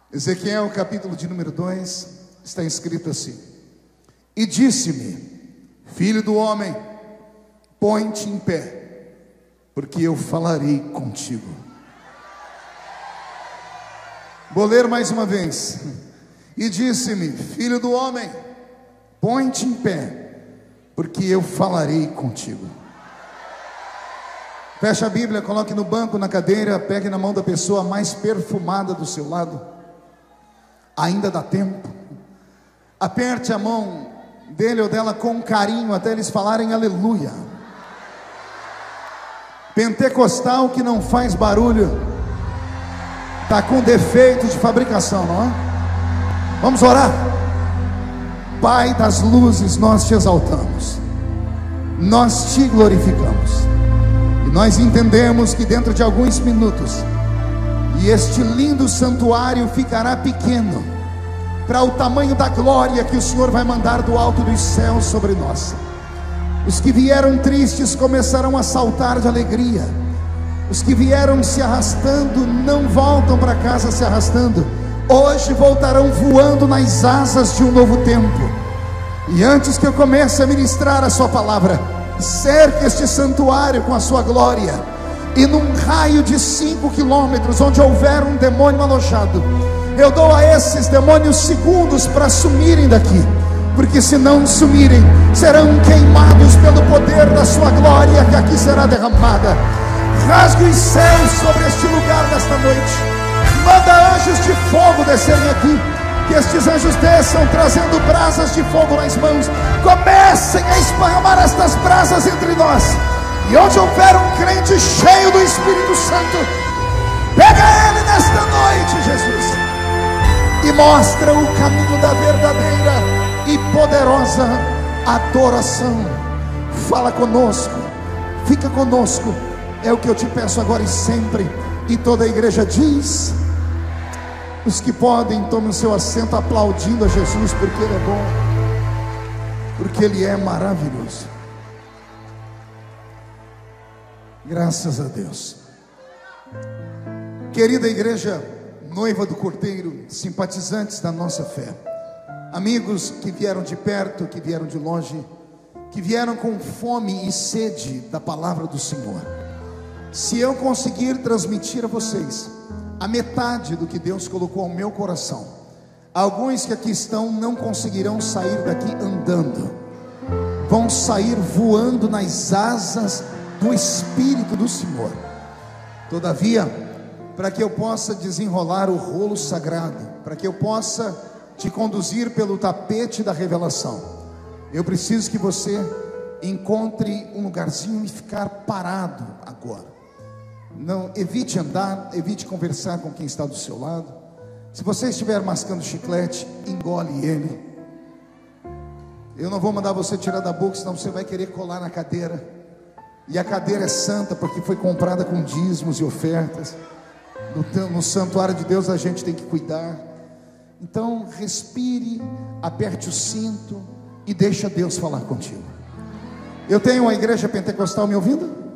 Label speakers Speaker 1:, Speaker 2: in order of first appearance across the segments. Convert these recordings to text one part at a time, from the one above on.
Speaker 1: Ezequiel, capítulo de número 2, está escrito assim: E disse-me, filho do homem, põe-te em pé, porque eu falarei contigo. Vou ler mais uma vez. E disse-me, filho do homem, põe-te em pé, porque eu falarei contigo. Feche a Bíblia, coloque no banco, na cadeira, pegue na mão da pessoa mais perfumada do seu lado. Ainda dá tempo. Aperte a mão dele ou dela com carinho, até eles falarem aleluia. Pentecostal que não faz barulho está com defeito de fabricação, não é? Vamos orar. Pai das luzes, nós te exaltamos, nós te glorificamos, e nós entendemos que dentro de alguns minutos, e este lindo santuário ficará pequeno para o tamanho da glória que o Senhor vai mandar do alto dos céus sobre nós. Os que vieram tristes começarão a saltar de alegria. Os que vieram se arrastando não voltam para casa se arrastando. Hoje voltarão voando nas asas de um novo tempo. E antes que eu comece a ministrar a sua palavra, cerque este santuário com a sua glória. E num raio de 5 quilômetros, onde houver um demônio alojado, eu dou a esses demônios segundos para sumirem daqui, porque se não sumirem, serão queimados pelo poder da sua glória que aqui será derramada. Rasgue os céus sobre este lugar nesta noite. Manda anjos de fogo descerem aqui, que estes anjos desçam trazendo brasas de fogo nas mãos. Comecem a esparramar estas brasas entre nós. E onde houver um crente cheio do Espírito Santo, pega ele nesta noite, Jesus, e mostra o caminho da verdadeira e poderosa adoração. Fala conosco, fica conosco, é o que eu te peço agora e sempre. E toda a igreja diz: os que podem, tomem o seu assento aplaudindo a Jesus, porque Ele é bom, porque Ele é maravilhoso. Graças a Deus. Querida igreja, noiva do Cordeiro, simpatizantes da nossa fé, amigos que vieram de perto, que vieram de longe, que vieram com fome e sede da palavra do Senhor. Se eu conseguir transmitir a vocês a metade do que Deus colocou ao meu coração, alguns que aqui estão não conseguirão sair daqui andando, vão sair voando nas asas do Espírito do Senhor. Todavia, para que eu possa desenrolar o rolo sagrado, para que eu possa te conduzir pelo tapete da revelação, eu preciso que você encontre um lugarzinho e ficar parado agora. Não, evite andar, evite conversar com quem está do seu lado. Se você estiver mascando chiclete, engole ele. Eu não vou mandar você tirar da boca, senão você vai querer colar na cadeira. E a cadeira é santa, porque foi comprada com dízimos e ofertas. No santuário de Deus a gente tem que cuidar. Então respire, aperte o cinto e deixa Deus falar contigo. Eu tenho uma igreja pentecostal me ouvindo?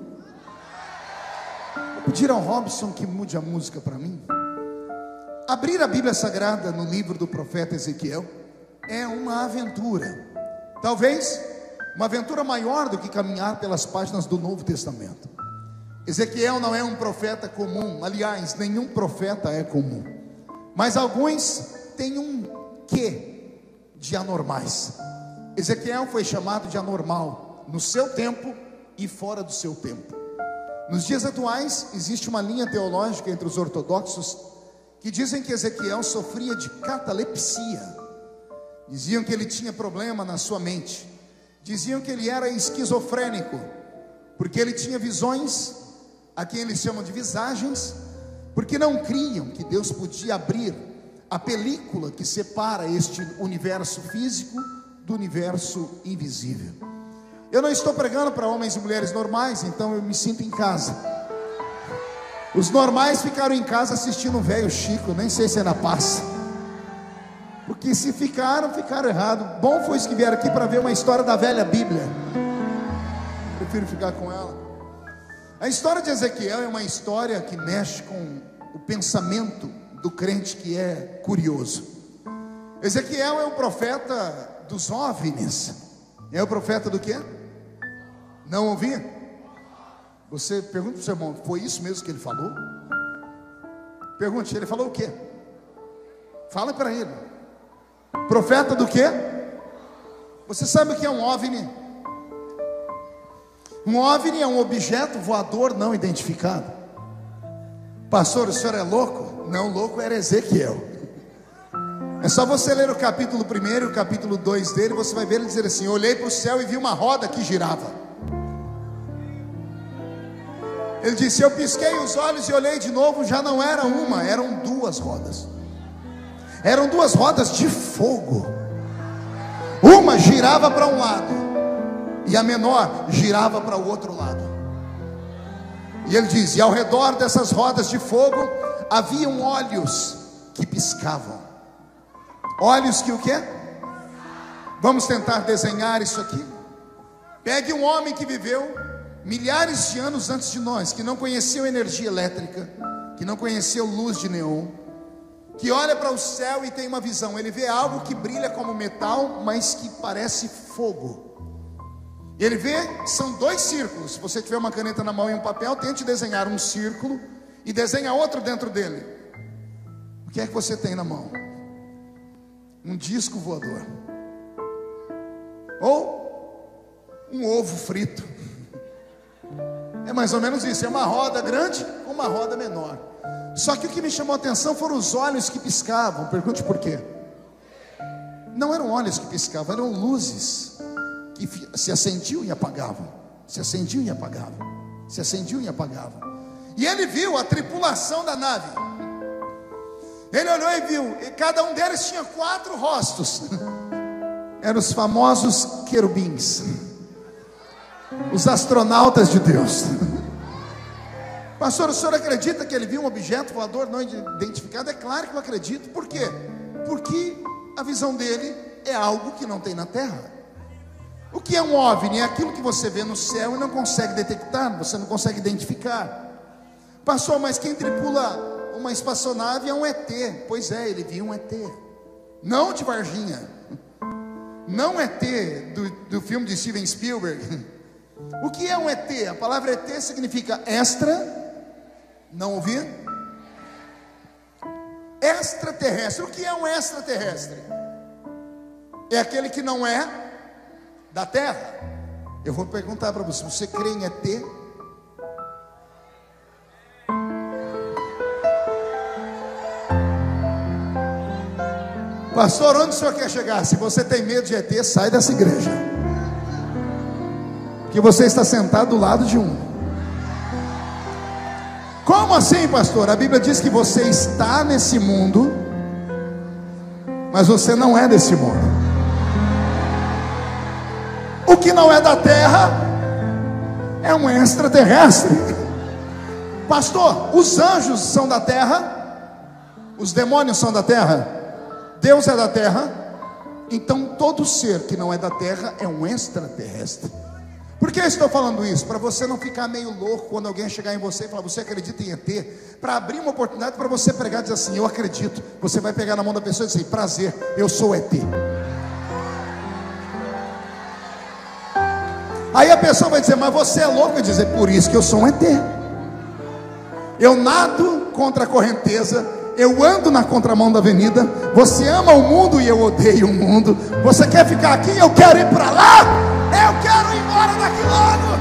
Speaker 1: Vou pedir ao Robson que mude a música para mim. Abrir a Bíblia Sagrada no livro do profeta Ezequiel é uma aventura. Talvez uma aventura maior do que caminhar pelas páginas do Novo Testamento. Ezequiel não é um profeta comum. Aliás, nenhum profeta é comum. Mas alguns têm um quê de anormais. Ezequiel foi chamado de anormal no seu tempo e fora do seu tempo. Nos dias atuais, existe uma linha teológica entre os ortodoxos que dizem que Ezequiel sofria de catalepsia. Diziam que ele tinha problema na sua mente. Diziam que ele era esquizofrênico, porque ele tinha visões, a quem eles chamam de visagens, porque não criam que Deus podia abrir a película que separa este universo físico do universo invisível. Eu não estou pregando para homens e mulheres normais, então eu me sinto em casa. Os normais ficaram em casa assistindo o velho Chico, nem sei se ainda passa. Porque se ficaram, ficaram errado. Bom foi os que vieram aqui para ver uma história da velha Bíblia. Prefiro ficar com ela. A história de Ezequiel é uma história que mexe com o pensamento do crente que é curioso. Ezequiel é o profeta dos OVNIs. É o profeta do quê? Não ouvi? Você pergunta para o seu irmão, foi isso mesmo que ele falou? Pergunte, ele falou o quê? Fala para ele. Profeta do quê? Você sabe o que é um OVNI? Um OVNI é um objeto voador não identificado. Pastor, o senhor é louco? Não, louco era Ezequiel. É só você ler o capítulo 1 e o capítulo 2 dele, você vai ver ele dizer assim: eu olhei para o céu e vi uma roda que girava. Ele disse: eu pisquei os olhos e olhei de novo, já não era uma, eram duas rodas. Eram duas rodas de fogo. Uma girava para um lado e a menor girava para o outro lado. E ele diz: e ao redor dessas rodas de fogo haviam olhos que piscavam. Olhos que o quê? Vamos tentar desenhar isso aqui. Pegue um homem que viveu milhares de anos antes de nós, que não conheceu energia elétrica, que não conheceu luz de neon, que olha para o céu e tem uma visão. Ele vê algo que brilha como metal, mas que parece fogo. Ele vê, são dois círculos. Se você tiver uma caneta na mão e um papel, tente desenhar um círculo e desenha outro dentro dele. O que é que você tem na mão? Um disco voador, ou um ovo frito. É mais ou menos isso. É uma roda grande ou uma roda menor. Só que o que me chamou a atenção foram os olhos que piscavam. Pergunte por quê. Não eram olhos que piscavam, eram luzes que se acendiam e apagavam, se acendiam e apagavam, se acendiam e apagavam. E ele viu a tripulação da nave. Ele olhou e viu, e cada um deles tinha 4 rostos. Eram os famosos querubins, os astronautas de Deus. Pastor, o senhor acredita que ele viu um objeto voador não identificado? É claro que eu acredito. Por quê? Porque a visão dele é algo que não tem na terra. O que é um OVNI? É aquilo que você vê no céu e não consegue detectar, você não consegue identificar. Pastor, mas quem tripula uma espaçonave é um ET. Pois é, ele viu um ET. Não de Varginha, não ET do filme de Steven Spielberg. O que é um ET? A palavra ET significa extra. Não ouvi? Extraterrestre. O que é um extraterrestre? É aquele que não é da terra. Eu vou perguntar para você: você crê em ET? Pastor, onde o senhor quer chegar? Se você tem medo de ET, sai dessa igreja, que você está sentado do lado de um. Como assim, pastor? A Bíblia diz que você está nesse mundo, mas você não é desse mundo. O que não é da terra é um extraterrestre. Pastor, os anjos são da terra, os demônios são da terra, Deus é da terra. Então todo ser que não é da terra é um extraterrestre. Por que eu estou falando isso? Para você não ficar meio louco quando alguém chegar em você e falar: você acredita em ET? Para abrir uma oportunidade para você pregar e dizer assim: eu acredito. Você vai pegar na mão da pessoa e dizer: prazer, eu sou ET. Aí a pessoa vai dizer: mas você é louco? E dizer: por isso que eu sou um ET. Eu nado contra a correnteza, eu ando na contramão da avenida. Você ama o mundo e eu odeio o mundo. Você quer ficar aqui? Eu quero ir para lá. Eu quero ir embora daqui logo.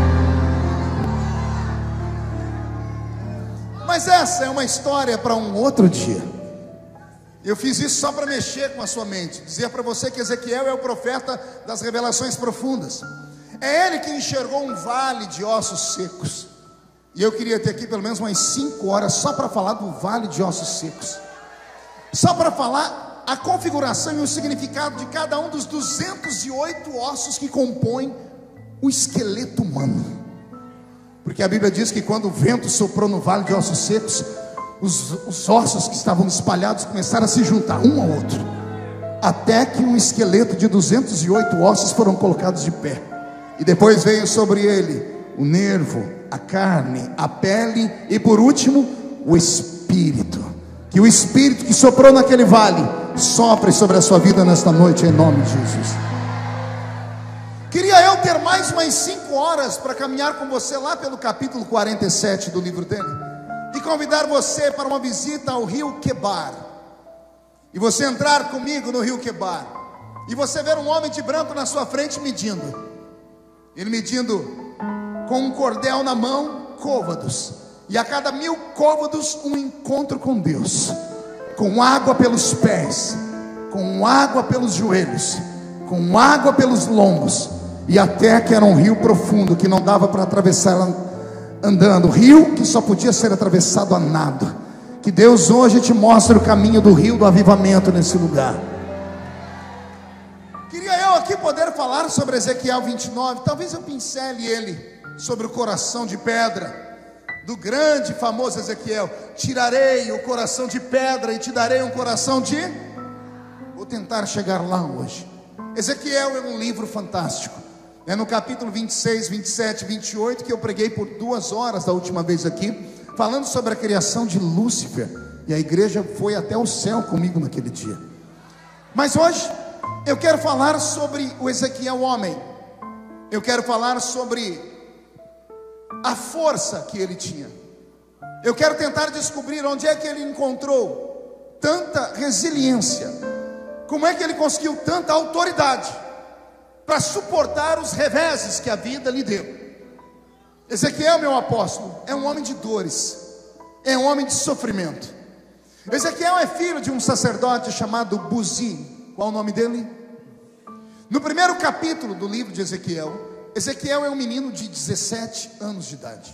Speaker 1: Mas essa é uma história para um outro dia. Eu fiz isso só para mexer com a sua mente, dizer para você que Ezequiel é o profeta das revelações profundas. É ele que enxergou um vale de ossos secos. E eu queria ter aqui pelo menos umas 5 horas só para falar do vale de ossos secos, só para falar a configuração e o significado de cada um dos 208 ossos que compõem o esqueleto humano. Porque a Bíblia diz que quando o vento soprou no vale de ossos secos, os ossos que estavam espalhados começaram a se juntar um ao outro, até que um esqueleto de 208 ossos foram colocados de pé. E depois veio sobre ele o nervo, a carne, a pele e por último o espírito, que Que o Espírito que soprou naquele vale sopre sobre a sua vida nesta noite, em nome de Jesus. Queria eu ter mais umas 5 horas para caminhar com você lá pelo capítulo 47 do livro dele, e convidar você para uma visita ao rio Quebar, e você entrar comigo no rio Quebar, e você ver um homem de branco na sua frente ele medindo com um cordel na mão, côvados, e a cada 1000 côvados um encontro com Deus, com água pelos pés, com água pelos joelhos, com água pelos lombos, e até que era um rio profundo que não dava para atravessar andando, rio que só podia ser atravessado a nado. Que Deus hoje te mostre o caminho do rio do avivamento nesse lugar. Queria eu aqui poder falar sobre Ezequiel 29, talvez eu pincele ele sobre o coração de pedra do grande e famoso Ezequiel. Tirarei o coração de pedra e te darei um coração de... Vou tentar chegar lá hoje. Ezequiel é um livro fantástico. É no capítulo 26, 27, 28 que eu preguei por 2 horas da última vez aqui, falando sobre a criação de Lúcifer, e a igreja foi até o céu comigo naquele dia. Mas hoje eu quero falar sobre o Ezequiel homem. Eu quero falar sobre a força que ele tinha. Eu quero tentar descobrir onde é que ele encontrou tanta resiliência, como é que ele conseguiu tanta autoridade para suportar os reveses que a vida lhe deu. Ezequiel, meu apóstolo, é um homem de dores, é um homem de sofrimento. Ezequiel é filho de um sacerdote chamado Buzi. Qual o nome dele? No primeiro capítulo do livro de Ezequiel, Ezequiel é um menino de 17 anos de idade.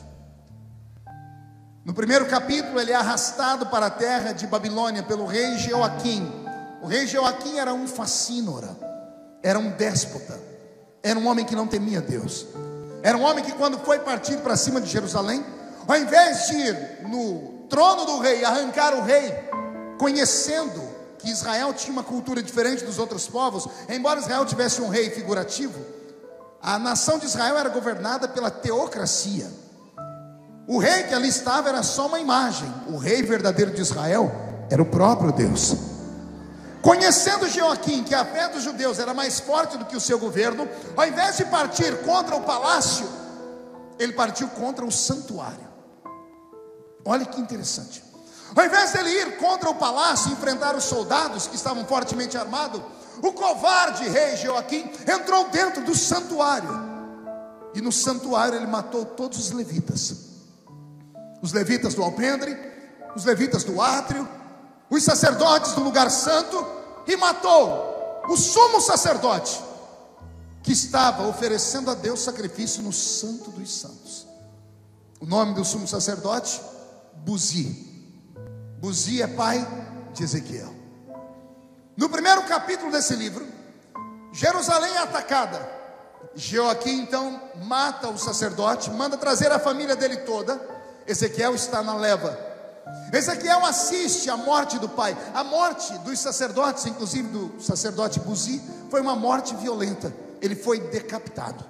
Speaker 1: No primeiro capítulo ele é arrastado para a terra de Babilônia pelo rei Jeoaquim. O rei Jeoaquim era um facínora, era um déspota, era um homem que não temia Deus. Era um homem que, quando foi partir para cima de Jerusalém, ao invés de ir no trono do rei, arrancar o rei, conhecendo que Israel tinha uma cultura diferente dos outros povos, embora Israel tivesse um rei figurativo, a nação de Israel era governada pela teocracia. O rei que ali estava era só uma imagem. O rei verdadeiro de Israel era o próprio Deus. Conhecendo Jeoaquim que a fé dos judeus era mais forte do que o seu governo, ao invés de partir contra o palácio, ele partiu contra o santuário. Olha que interessante. Ao invés dele ir contra o palácio e enfrentar os soldados que estavam fortemente armados, o covarde rei Jeoaquim entrou dentro do santuário. E no santuário ele matou todos os levitas. Os levitas do alpendre, os levitas do átrio, os sacerdotes do lugar santo, e matou o sumo sacerdote que estava oferecendo a Deus sacrifício no santo dos santos. O nome do sumo sacerdote? Buzi. Buzi é pai de Ezequiel. No primeiro capítulo desse livro, Jerusalém é atacada. Jeoaquim então mata o sacerdote, manda trazer a família dele toda. Ezequiel está na leva. Ezequiel assiste à morte do pai. A morte dos sacerdotes, inclusive do sacerdote Buzi, foi uma morte violenta. Ele foi decapitado.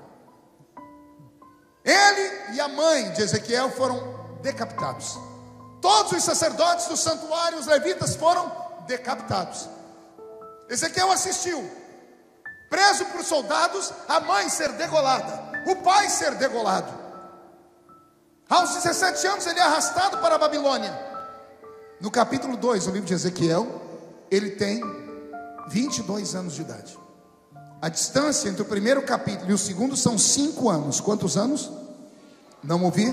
Speaker 1: Ele e a mãe de Ezequiel foram decapitados. Todos os sacerdotes do santuário, os levitas, foram decapitados. Ezequiel assistiu, preso por soldados, a mãe ser degolada, o pai ser degolado. Aos 17 anos ele é arrastado para a Babilônia. No capítulo 2 do livro de Ezequiel, ele tem 22 anos de idade. A distância entre o primeiro capítulo e o segundo são 5 anos. Quantos anos? Não ouvi?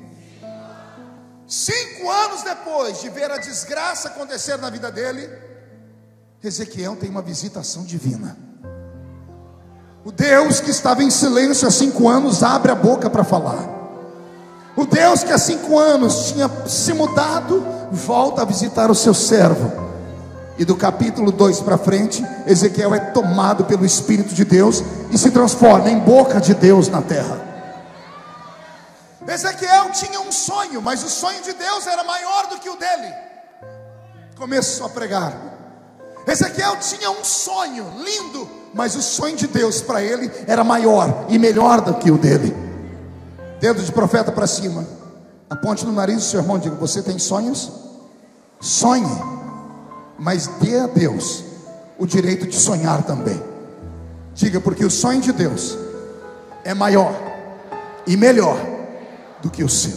Speaker 1: 5 anos depois de ver a desgraça acontecer na vida dele, Ezequiel tem uma visitação divina. O Deus que estava em silêncio há 5 anos abre a boca para falar. O Deus que há 5 anos tinha se mudado volta a visitar o seu servo. E do capítulo 2 para frente, Ezequiel é tomado pelo Espírito de Deus e se transforma em boca de Deus na terra. Ezequiel tinha um sonho, mas o sonho de Deus era maior do que o dele. Começou a pregar. Ezequiel tinha um sonho lindo, mas o sonho de Deus para ele era maior e melhor do que o dele. Dedo de profeta para cima, aponte no nariz do seu irmão e diga: você tem sonhos? Sonhe. mas dê a Deus o direito de sonhar também. Diga, porque o sonho de Deus é maior e melhor do que o seu.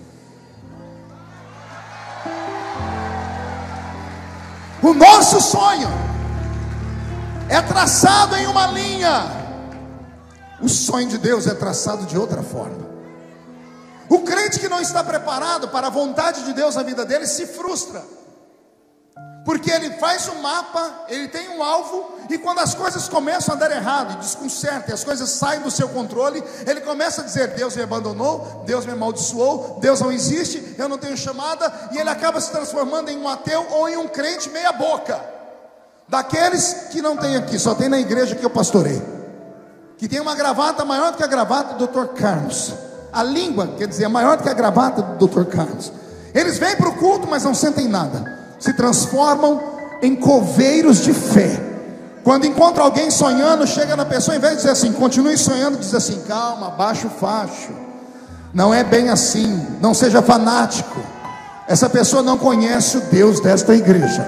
Speaker 1: O nosso sonho é traçado em uma linha. O sonho de Deus é traçado de outra forma. O crente que não está preparado para a vontade de Deus na vida dele se frustra, porque ele faz um mapa, ele tem um alvo, e quando as coisas começam a dar errado, e desconcerta, e as coisas saem do seu controle, ele começa a dizer: Deus me abandonou, Deus me amaldiçoou, Deus não existe, eu não tenho chamada, e ele acaba se transformando em um ateu ou em um crente meia boca, daqueles que não tem aqui, só tem na igreja que eu pastorei, que tem uma gravata maior do que a gravata do Dr. Carlos, a língua, quer dizer, é maior do que a gravata do Dr. Carlos. Eles vêm para o culto, mas não sentem nada, se transformam em coveiros de fé. Quando encontra alguém sonhando, chega na pessoa, em vez de dizer assim, continue sonhando, diz assim: calma, baixa o facho, não é bem assim, não seja fanático. Essa pessoa não conhece o Deus desta igreja.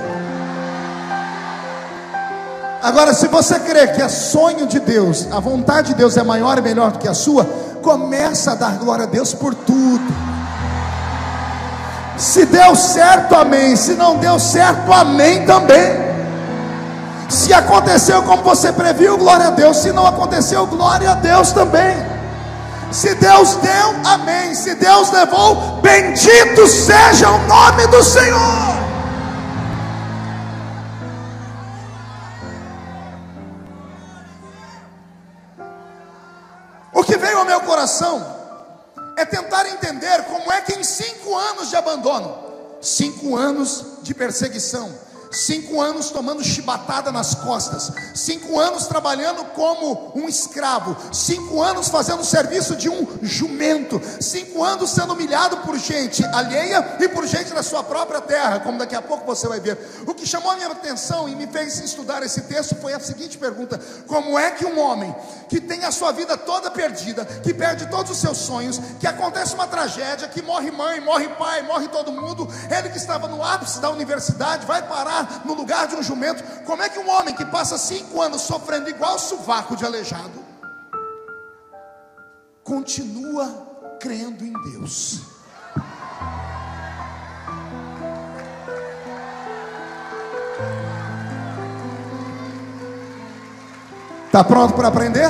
Speaker 1: Agora, se você crê que é sonho de Deus, a vontade de Deus é maior e melhor do que a sua, começa a dar glória a Deus por tudo. Se deu certo, amém. Se não deu certo, amém também. Se aconteceu como você previu, glória a Deus. Se não aconteceu, glória a Deus também. Se Deus deu, amém. Se Deus levou, bendito seja o nome do Senhor. O que veio ao meu coração é tentar entender como é que em 5 anos de abandono, 5 anos de perseguição, 5 anos tomando chibatada nas costas, 5 anos trabalhando como um escravo, 5 anos fazendo o serviço de um jumento, 5 anos sendo humilhado por gente alheia e por gente da sua própria terra, como daqui a pouco você vai ver. O que chamou a minha atenção e me fez estudar esse texto foi a seguinte pergunta: como é que um homem que tem a sua vida toda perdida, que perde todos os seus sonhos, que acontece uma tragédia, que morre mãe, morre pai, morre todo mundo, ele que estava no ápice da universidade vai parar no lugar de um jumento? Como é que um homem que passa 5 anos sofrendo igual sovaco de aleijado continua crendo em Deus? Está pronto para aprender?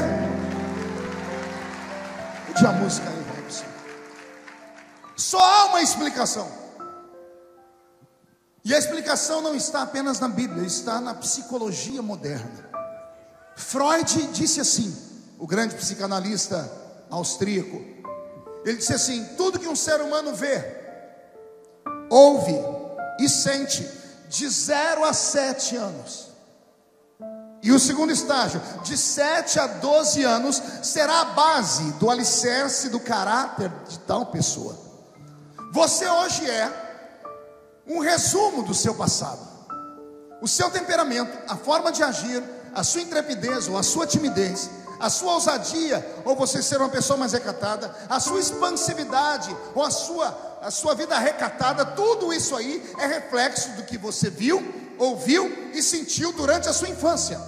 Speaker 1: Pude a música aí, Robson. Só há uma explicação. E a explicação não está apenas na Bíblia, está na psicologia moderna. Freud disse assim, o grande psicanalista austríaco, ele disse assim: tudo que um ser humano vê, ouve e sente de 0 a 7 anos, e o segundo estágio, de 7 a 12 anos, será a base do alicerce do caráter de tal pessoa. Você hoje é um resumo do seu passado. O seu temperamento, a forma de agir, a sua intrepidez ou a sua timidez, a sua ousadia ou você ser uma pessoa mais recatada, a sua expansividade ou a sua vida recatada, tudo isso aí é reflexo do que você viu, ouviu e sentiu durante a sua infância.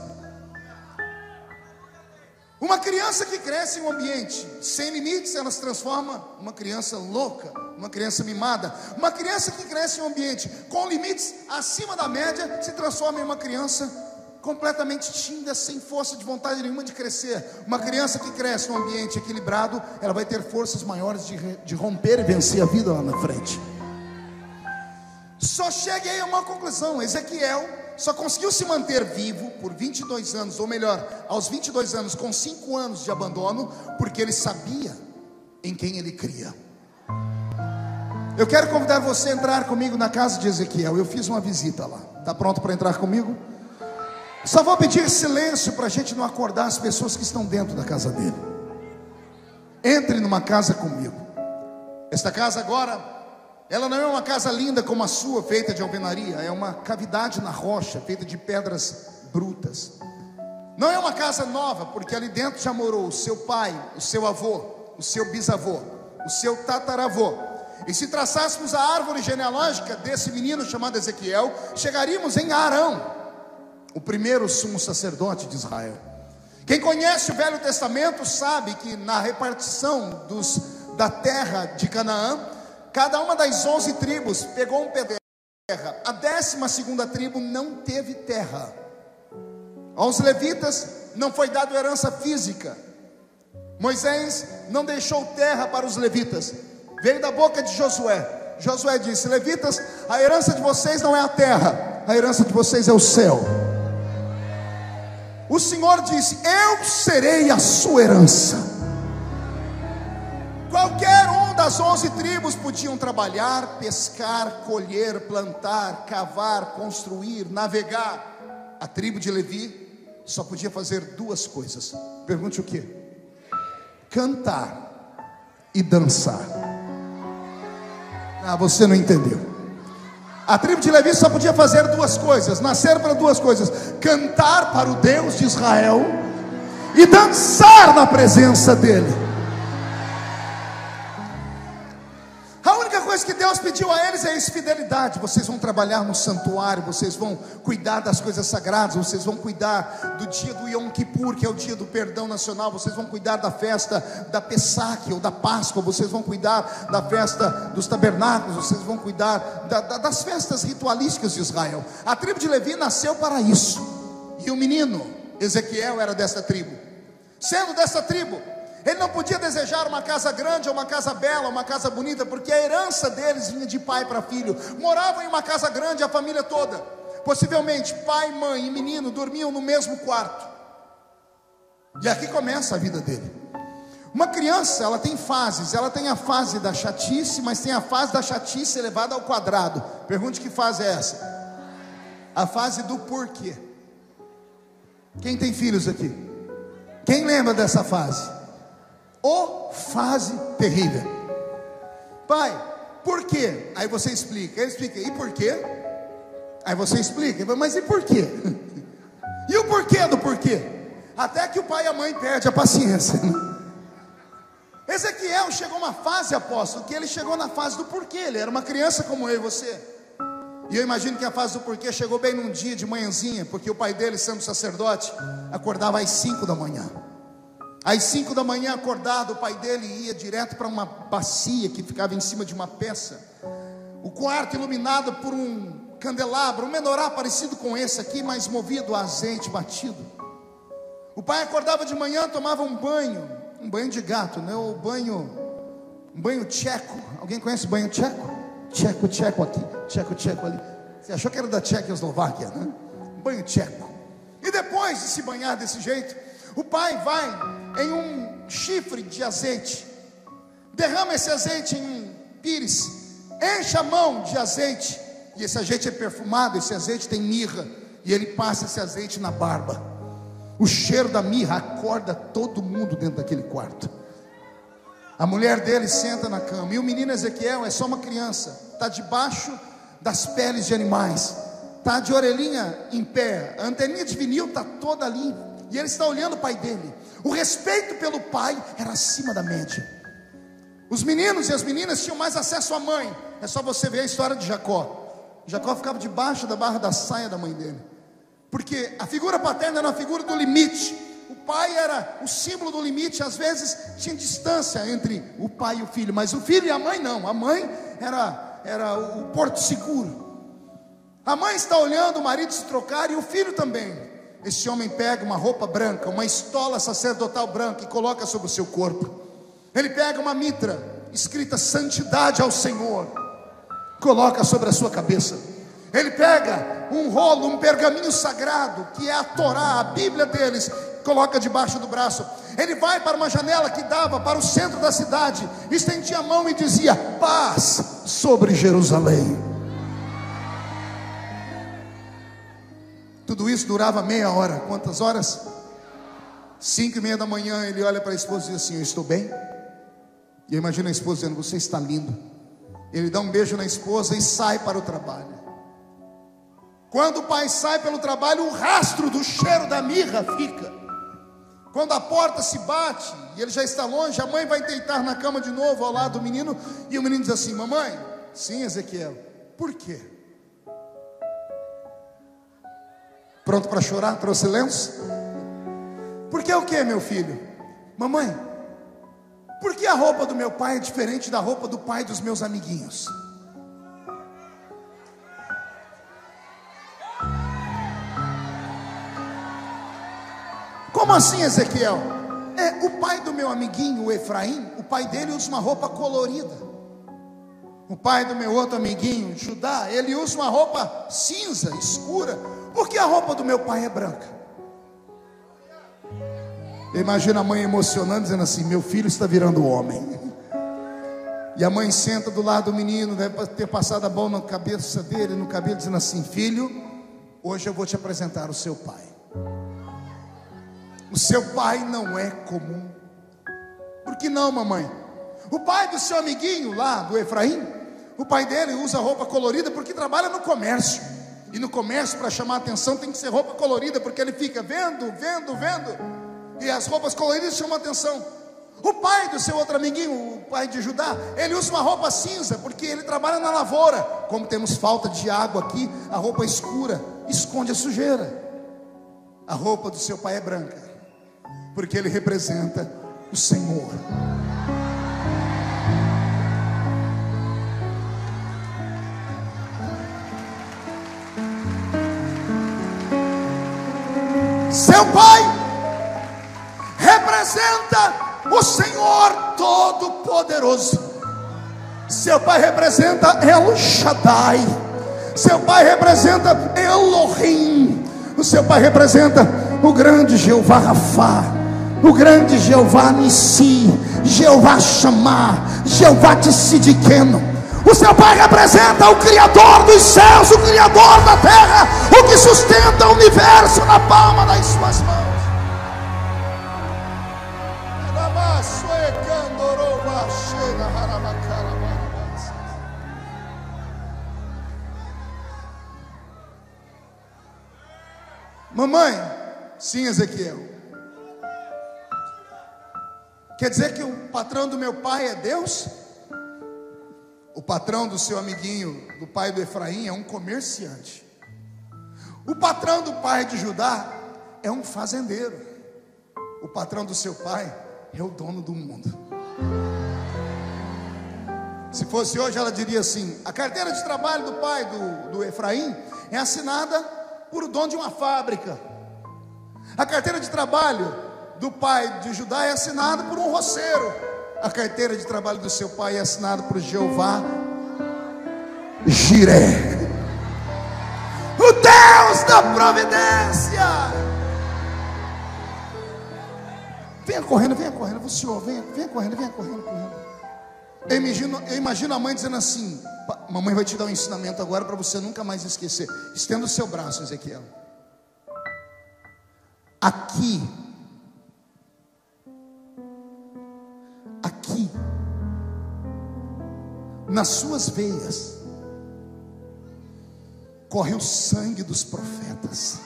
Speaker 1: Uma criança que cresce em um ambiente sem limites, ela se transforma uma criança louca, uma criança mimada. Uma criança que cresce em um ambiente com limites acima da média, se transforma em uma criança completamente tímida, sem força de vontade nenhuma de crescer. Uma criança que cresce num ambiente equilibrado, ela vai ter forças maiores de romper e vencer a vida lá na frente. Só cheguei a uma conclusão: Ezequiel só conseguiu se manter vivo por 22 anos, ou melhor, aos 22 anos, com 5 anos de abandono, porque ele sabia em quem ele cria. Eu quero convidar você a entrar comigo na casa de Ezequiel. Eu fiz uma visita lá. Está pronto para entrar comigo? Só vou pedir silêncio para a gente não acordar as pessoas que estão dentro da casa dele. Entre numa casa comigo. Esta casa agora, ela não é uma casa linda como a sua, feita de alvenaria. É uma cavidade na rocha, feita de pedras brutas. Não é uma casa nova, porque ali dentro já morou o seu pai, o seu avô, o seu bisavô, o seu tataravô. E se traçássemos a árvore genealógica desse menino chamado Ezequiel, chegaríamos em Arão, o primeiro sumo sacerdote de Israel. Quem conhece o Velho Testamento sabe que na repartição da terra de Canaã, cada uma das 11 tribos pegou um pedaço de terra. A 12ª tribo não teve terra. Aos levitas não foi dado herança física. Moisés não deixou terra para os levitas. Veio da boca de Josué. Josué disse: levitas, a herança de vocês não é a terra, a herança de vocês é o céu. O Senhor disse: eu serei a sua herança. Qualquer um das 11 tribos podiam trabalhar, pescar, colher, plantar, cavar, construir, navegar. A tribo de Levi só podia fazer 2 coisas. Pergunte o que? Cantar e dançar. Ah, você não entendeu. A tribo de Levi só podia fazer 2 coisas, nascer para 2 coisas: cantar para o Deus de Israel e dançar na presença dele. A única coisa que Deus pediu a eles é isso: fidelidade. Vocês vão trabalhar no santuário, vocês vão cuidar das coisas sagradas, vocês vão cuidar do dia do Yom Kippur, que é o dia do perdão nacional, vocês vão cuidar da festa da Pessach ou da Páscoa, vocês vão cuidar da festa dos tabernáculos, vocês vão cuidar das festas ritualísticas de Israel. A tribo de Levi nasceu para isso, e o menino Ezequiel era dessa tribo. Sendo dessa tribo, ele não podia desejar uma casa grande, ou uma casa bela, uma casa bonita, porque a herança deles vinha de pai para filho. Moravam em uma casa grande, a família toda. Possivelmente pai, mãe e menino dormiam no mesmo quarto. E aqui começa a vida dele. Uma criança, ela tem fases. Ela tem a fase da chatice, mas tem a fase da chatice elevada ao quadrado. Pergunte: que fase é essa? A fase do porquê. Quem tem filhos aqui? Quem lembra dessa fase? Fase terrível. Pai, por quê? Aí você explica. Ele explica: e por quê? Aí você explica: mas e por quê? E o porquê do porquê? Até que o pai e a mãe perdem a paciência. Ezequiel chegou a uma fase, apóstolo, que ele chegou na fase do porquê. Ele era uma criança como eu e você. E eu imagino que a fase do porquê chegou bem num dia de manhãzinha, porque o pai dele, sendo sacerdote, acordava às 5 da manhã. Às 5 da manhã, acordado, o pai dele ia direto para uma bacia que ficava em cima de uma peça. O quarto iluminado por um candelabro, um menorá parecido com esse aqui, mas movido a azeite batido. O pai acordava de manhã, tomava um banho de gato, né? Um banho tcheco. Alguém conhece o banho tcheco? Tcheco aqui, tcheco ali. Você achou que era da Tchecoslováquia, né? Banho tcheco. E depois de se banhar desse jeito, o pai vai em um chifre de azeite, derrama esse azeite em um pires, enche a mão de azeite, e esse azeite é perfumado, esse azeite tem mirra, e ele passa esse azeite na barba. O cheiro da mirra acorda todo mundo dentro daquele quarto. A mulher dele senta na cama, e o menino Ezequiel é só uma criança, está debaixo das peles de animais, está de orelhinha em pé, a anteninha de vinil está toda ali, e ele está olhando o pai dele. O respeito pelo pai era acima da média. Os meninos e as meninas tinham mais acesso à mãe. É só você ver a história de Jacó. Jacó ficava debaixo da barra da saia da mãe dele, porque a figura paterna era uma figura do limite. O pai era o símbolo do limite. Às vezes tinha distância entre o pai e o filho, mas o filho e a mãe não. A mãe era o porto seguro. A mãe está olhando o marido se trocar, e o filho também. Esse homem pega uma roupa branca, uma estola sacerdotal branca, e coloca sobre o seu corpo. Ele pega uma mitra escrita santidade ao Senhor, coloca sobre a sua cabeça. Ele pega um rolo, um pergaminho sagrado, que é a Torá, a Bíblia deles, coloca debaixo do braço. Ele vai para uma janela que dava para o centro da cidade, estendia a mão e dizia: paz sobre Jerusalém. Tudo isso durava meia hora. Quantas horas? 5:30 da manhã, ele olha para a esposa e diz assim: eu estou bem? E eu imagino a esposa dizendo: você está lindo. Ele dá um beijo na esposa e sai para o trabalho. Quando o pai sai pelo trabalho, o rastro do cheiro da mirra fica. Quando a porta se bate e ele já está longe, a mãe vai deitar na cama de novo ao lado do menino, e o menino diz assim: mamãe, sim, Ezequiel, por quê? Pronto para chorar? Trouxe lenço? Por que o quê, meu filho? Mamãe, por que a roupa do meu pai é diferente da roupa do pai dos meus amiguinhos? Como assim, Ezequiel? O pai do meu amiguinho, o Efraim, o pai dele usa uma roupa colorida. O pai do meu outro amiguinho, Judá, ele usa uma roupa cinza, escura. Por que a roupa do meu pai é branca? Imagina a mãe emocionando, dizendo assim: meu filho está virando homem. E a mãe senta do lado do menino, deve ter passado a mão na cabeça dele, no cabelo, dizendo assim: filho, hoje eu vou te apresentar o seu pai. O seu pai não é comum. Por que não, mamãe? O pai do seu amiguinho lá, do Efraim, o pai dele usa roupa colorida porque trabalha no comércio. E no comércio, para chamar a atenção, tem que ser roupa colorida, porque ele fica vendo. E as roupas coloridas chamam a atenção. O pai do seu outro amiguinho, o pai de Judá, ele usa uma roupa cinza, porque ele trabalha na lavoura. Como temos falta de água aqui, a roupa escura esconde a sujeira. A roupa do seu pai é branca, porque ele representa o Senhor. Seu pai representa o Senhor Todo-Poderoso. Seu pai representa El Shaddai. Seu pai representa Elohim. O seu pai representa o grande Jeová Rafá, o grande Jeová Nissi, Jeová Shammah, Jeová Tsidkenu. O seu pai representa o Criador dos céus, o Criador da terra, o que sustenta o universo na palma das suas mãos. Mamãe, sim, Ezequiel. Quer dizer que o patrão do meu pai é Deus? O patrão do seu amiguinho, do pai do Efraim, é um comerciante. O patrão do pai de Judá é um fazendeiro. O patrão do seu pai é o dono do mundo. Se fosse hoje, ela diria assim: a carteira de trabalho do pai do Efraim é assinada por o dono de uma fábrica. A carteira de trabalho do pai de Judá é assinada por um roceiro. A carteira de trabalho do seu pai é assinada por Jeová Jiré, o Deus da providência. Venha correndo, o senhor, venha correndo. Eu imagino a mãe dizendo assim: mamãe vai te dar um ensinamento agora para você nunca mais esquecer. Estenda o seu braço, Ezequiel. Aqui, nas suas veias, corre o sangue dos profetas.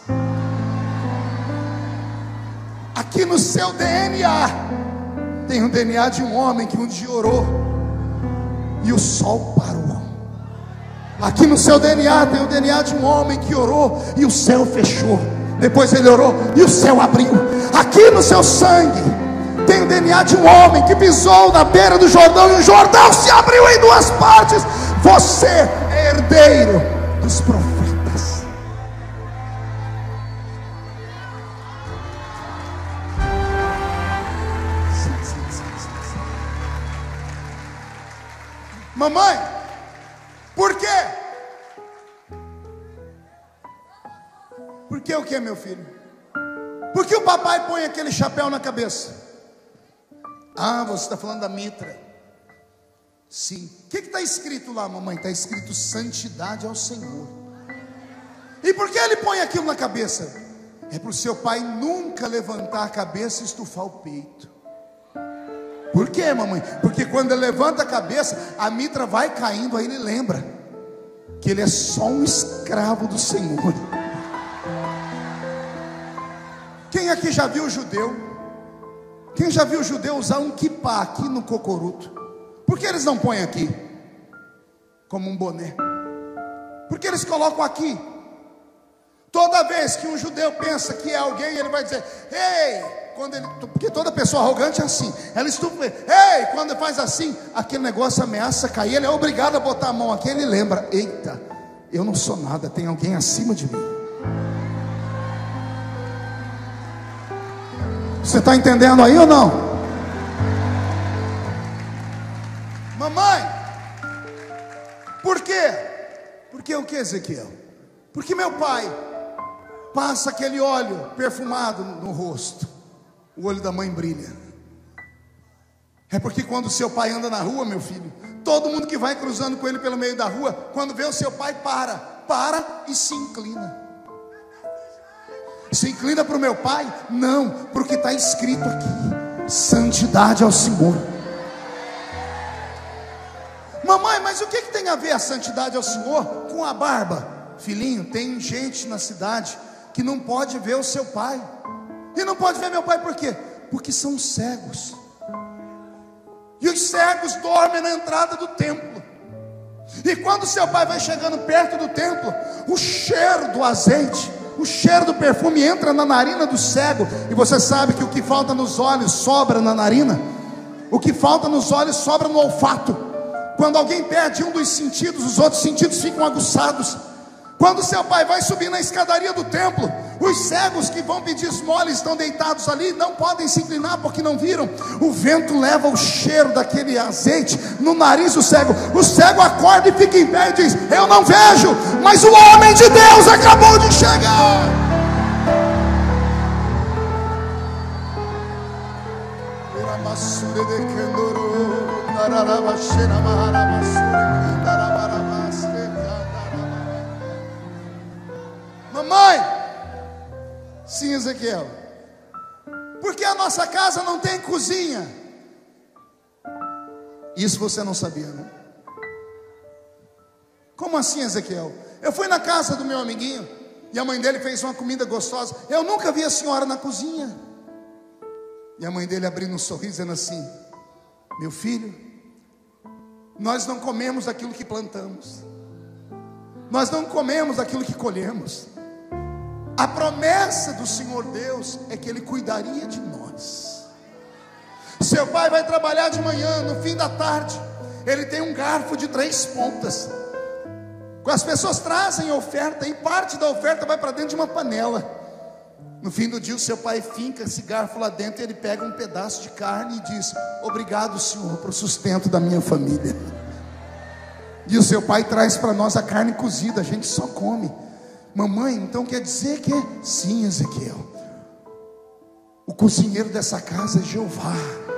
Speaker 1: Aqui no seu DNA, tem o DNA de um homem que um dia orou e o sol parou. Aqui no seu DNA tem o DNA de um homem que orou e o céu fechou. Depois ele orou e o céu abriu. Aqui no seu sangue tem o DNA de um homem que pisou na beira do Jordão e o Jordão se abriu em duas partes. Você é herdeiro dos profetas. Mamãe, por quê? Por que o que, meu filho? Por que o papai põe aquele chapéu na cabeça? Ah, você está falando da mitra. Sim. O que está escrito lá, mamãe? Está escrito santidade ao Senhor. E por que ele põe aquilo na cabeça? É para o seu pai nunca levantar a cabeça e estufar o peito. Por quê, mamãe? Porque quando ele levanta a cabeça, a mitra vai caindo, aí ele lembra que ele é só um escravo do Senhor. Quem aqui já viu o judeu Quem já viu judeu usar um kippá aqui no cocoruto? Por que eles não põem aqui? Como um boné. Por que eles colocam aqui? Toda vez que um judeu pensa que é alguém, ele vai dizer, ei, porque toda pessoa arrogante é assim, ela estufa, ei, quando faz assim, aquele negócio ameaça cair, ele é obrigado a botar a mão aqui, ele lembra, eita, eu não sou nada, tem alguém acima de mim. Você está entendendo aí ou não? Mamãe, por quê? Porque o que, Ezequiel? Porque meu pai passa aquele óleo perfumado no rosto, o olho da mãe brilha. É porque quando o seu pai anda na rua, meu filho, todo mundo que vai cruzando com ele pelo meio da rua, quando vê o seu pai, para e se inclina. Se inclina para o meu pai? Não, porque está escrito aqui, santidade ao Senhor. Mamãe, mas o que tem a ver a santidade ao Senhor com a barba? Filhinho, tem gente na cidade que não pode ver o seu pai. E não pode ver meu pai por quê? Porque são cegos. E os cegos dormem na entrada do templo. E quando seu pai vai chegando perto do templo, o cheiro do azeite, o cheiro do perfume entra na narina do cego. E você sabe que o que falta nos olhos sobra na narina. O que falta nos olhos sobra no olfato. Quando alguém perde um dos sentidos, os outros sentidos ficam aguçados. Quando seu pai vai subir na escadaria do templo, os cegos que vão pedir esmola estão deitados ali, não podem se inclinar porque não viram. O vento leva o cheiro daquele azeite no nariz do cego. O cego acorda e fica em pé e diz, eu não vejo, mas o homem de Deus acabou de chegar. Mamãe, sim, Ezequiel, porque a nossa casa não tem cozinha? Isso você não sabia, né? Como assim, Ezequiel? Eu fui na casa do meu amiguinho e a mãe dele fez uma comida gostosa. Eu nunca vi a senhora na cozinha. E a mãe dele abrindo um sorriso, dizendo assim, meu filho, nós não comemos aquilo que plantamos, nós não comemos aquilo que colhemos. A promessa do Senhor Deus é que Ele cuidaria de nós. Seu pai vai trabalhar de manhã, no fim da tarde, ele tem um garfo de 3 pontas. As pessoas trazem oferta e parte da oferta vai para dentro de uma panela. No fim do dia o seu pai finca esse garfo lá dentro e ele pega um pedaço de carne e diz, obrigado, Senhor, para o sustento da minha família. E o seu pai traz para nós a carne cozida, a gente só come. Mamãe, então quer dizer que sim, Ezequiel, o cozinheiro dessa casa é Jeová.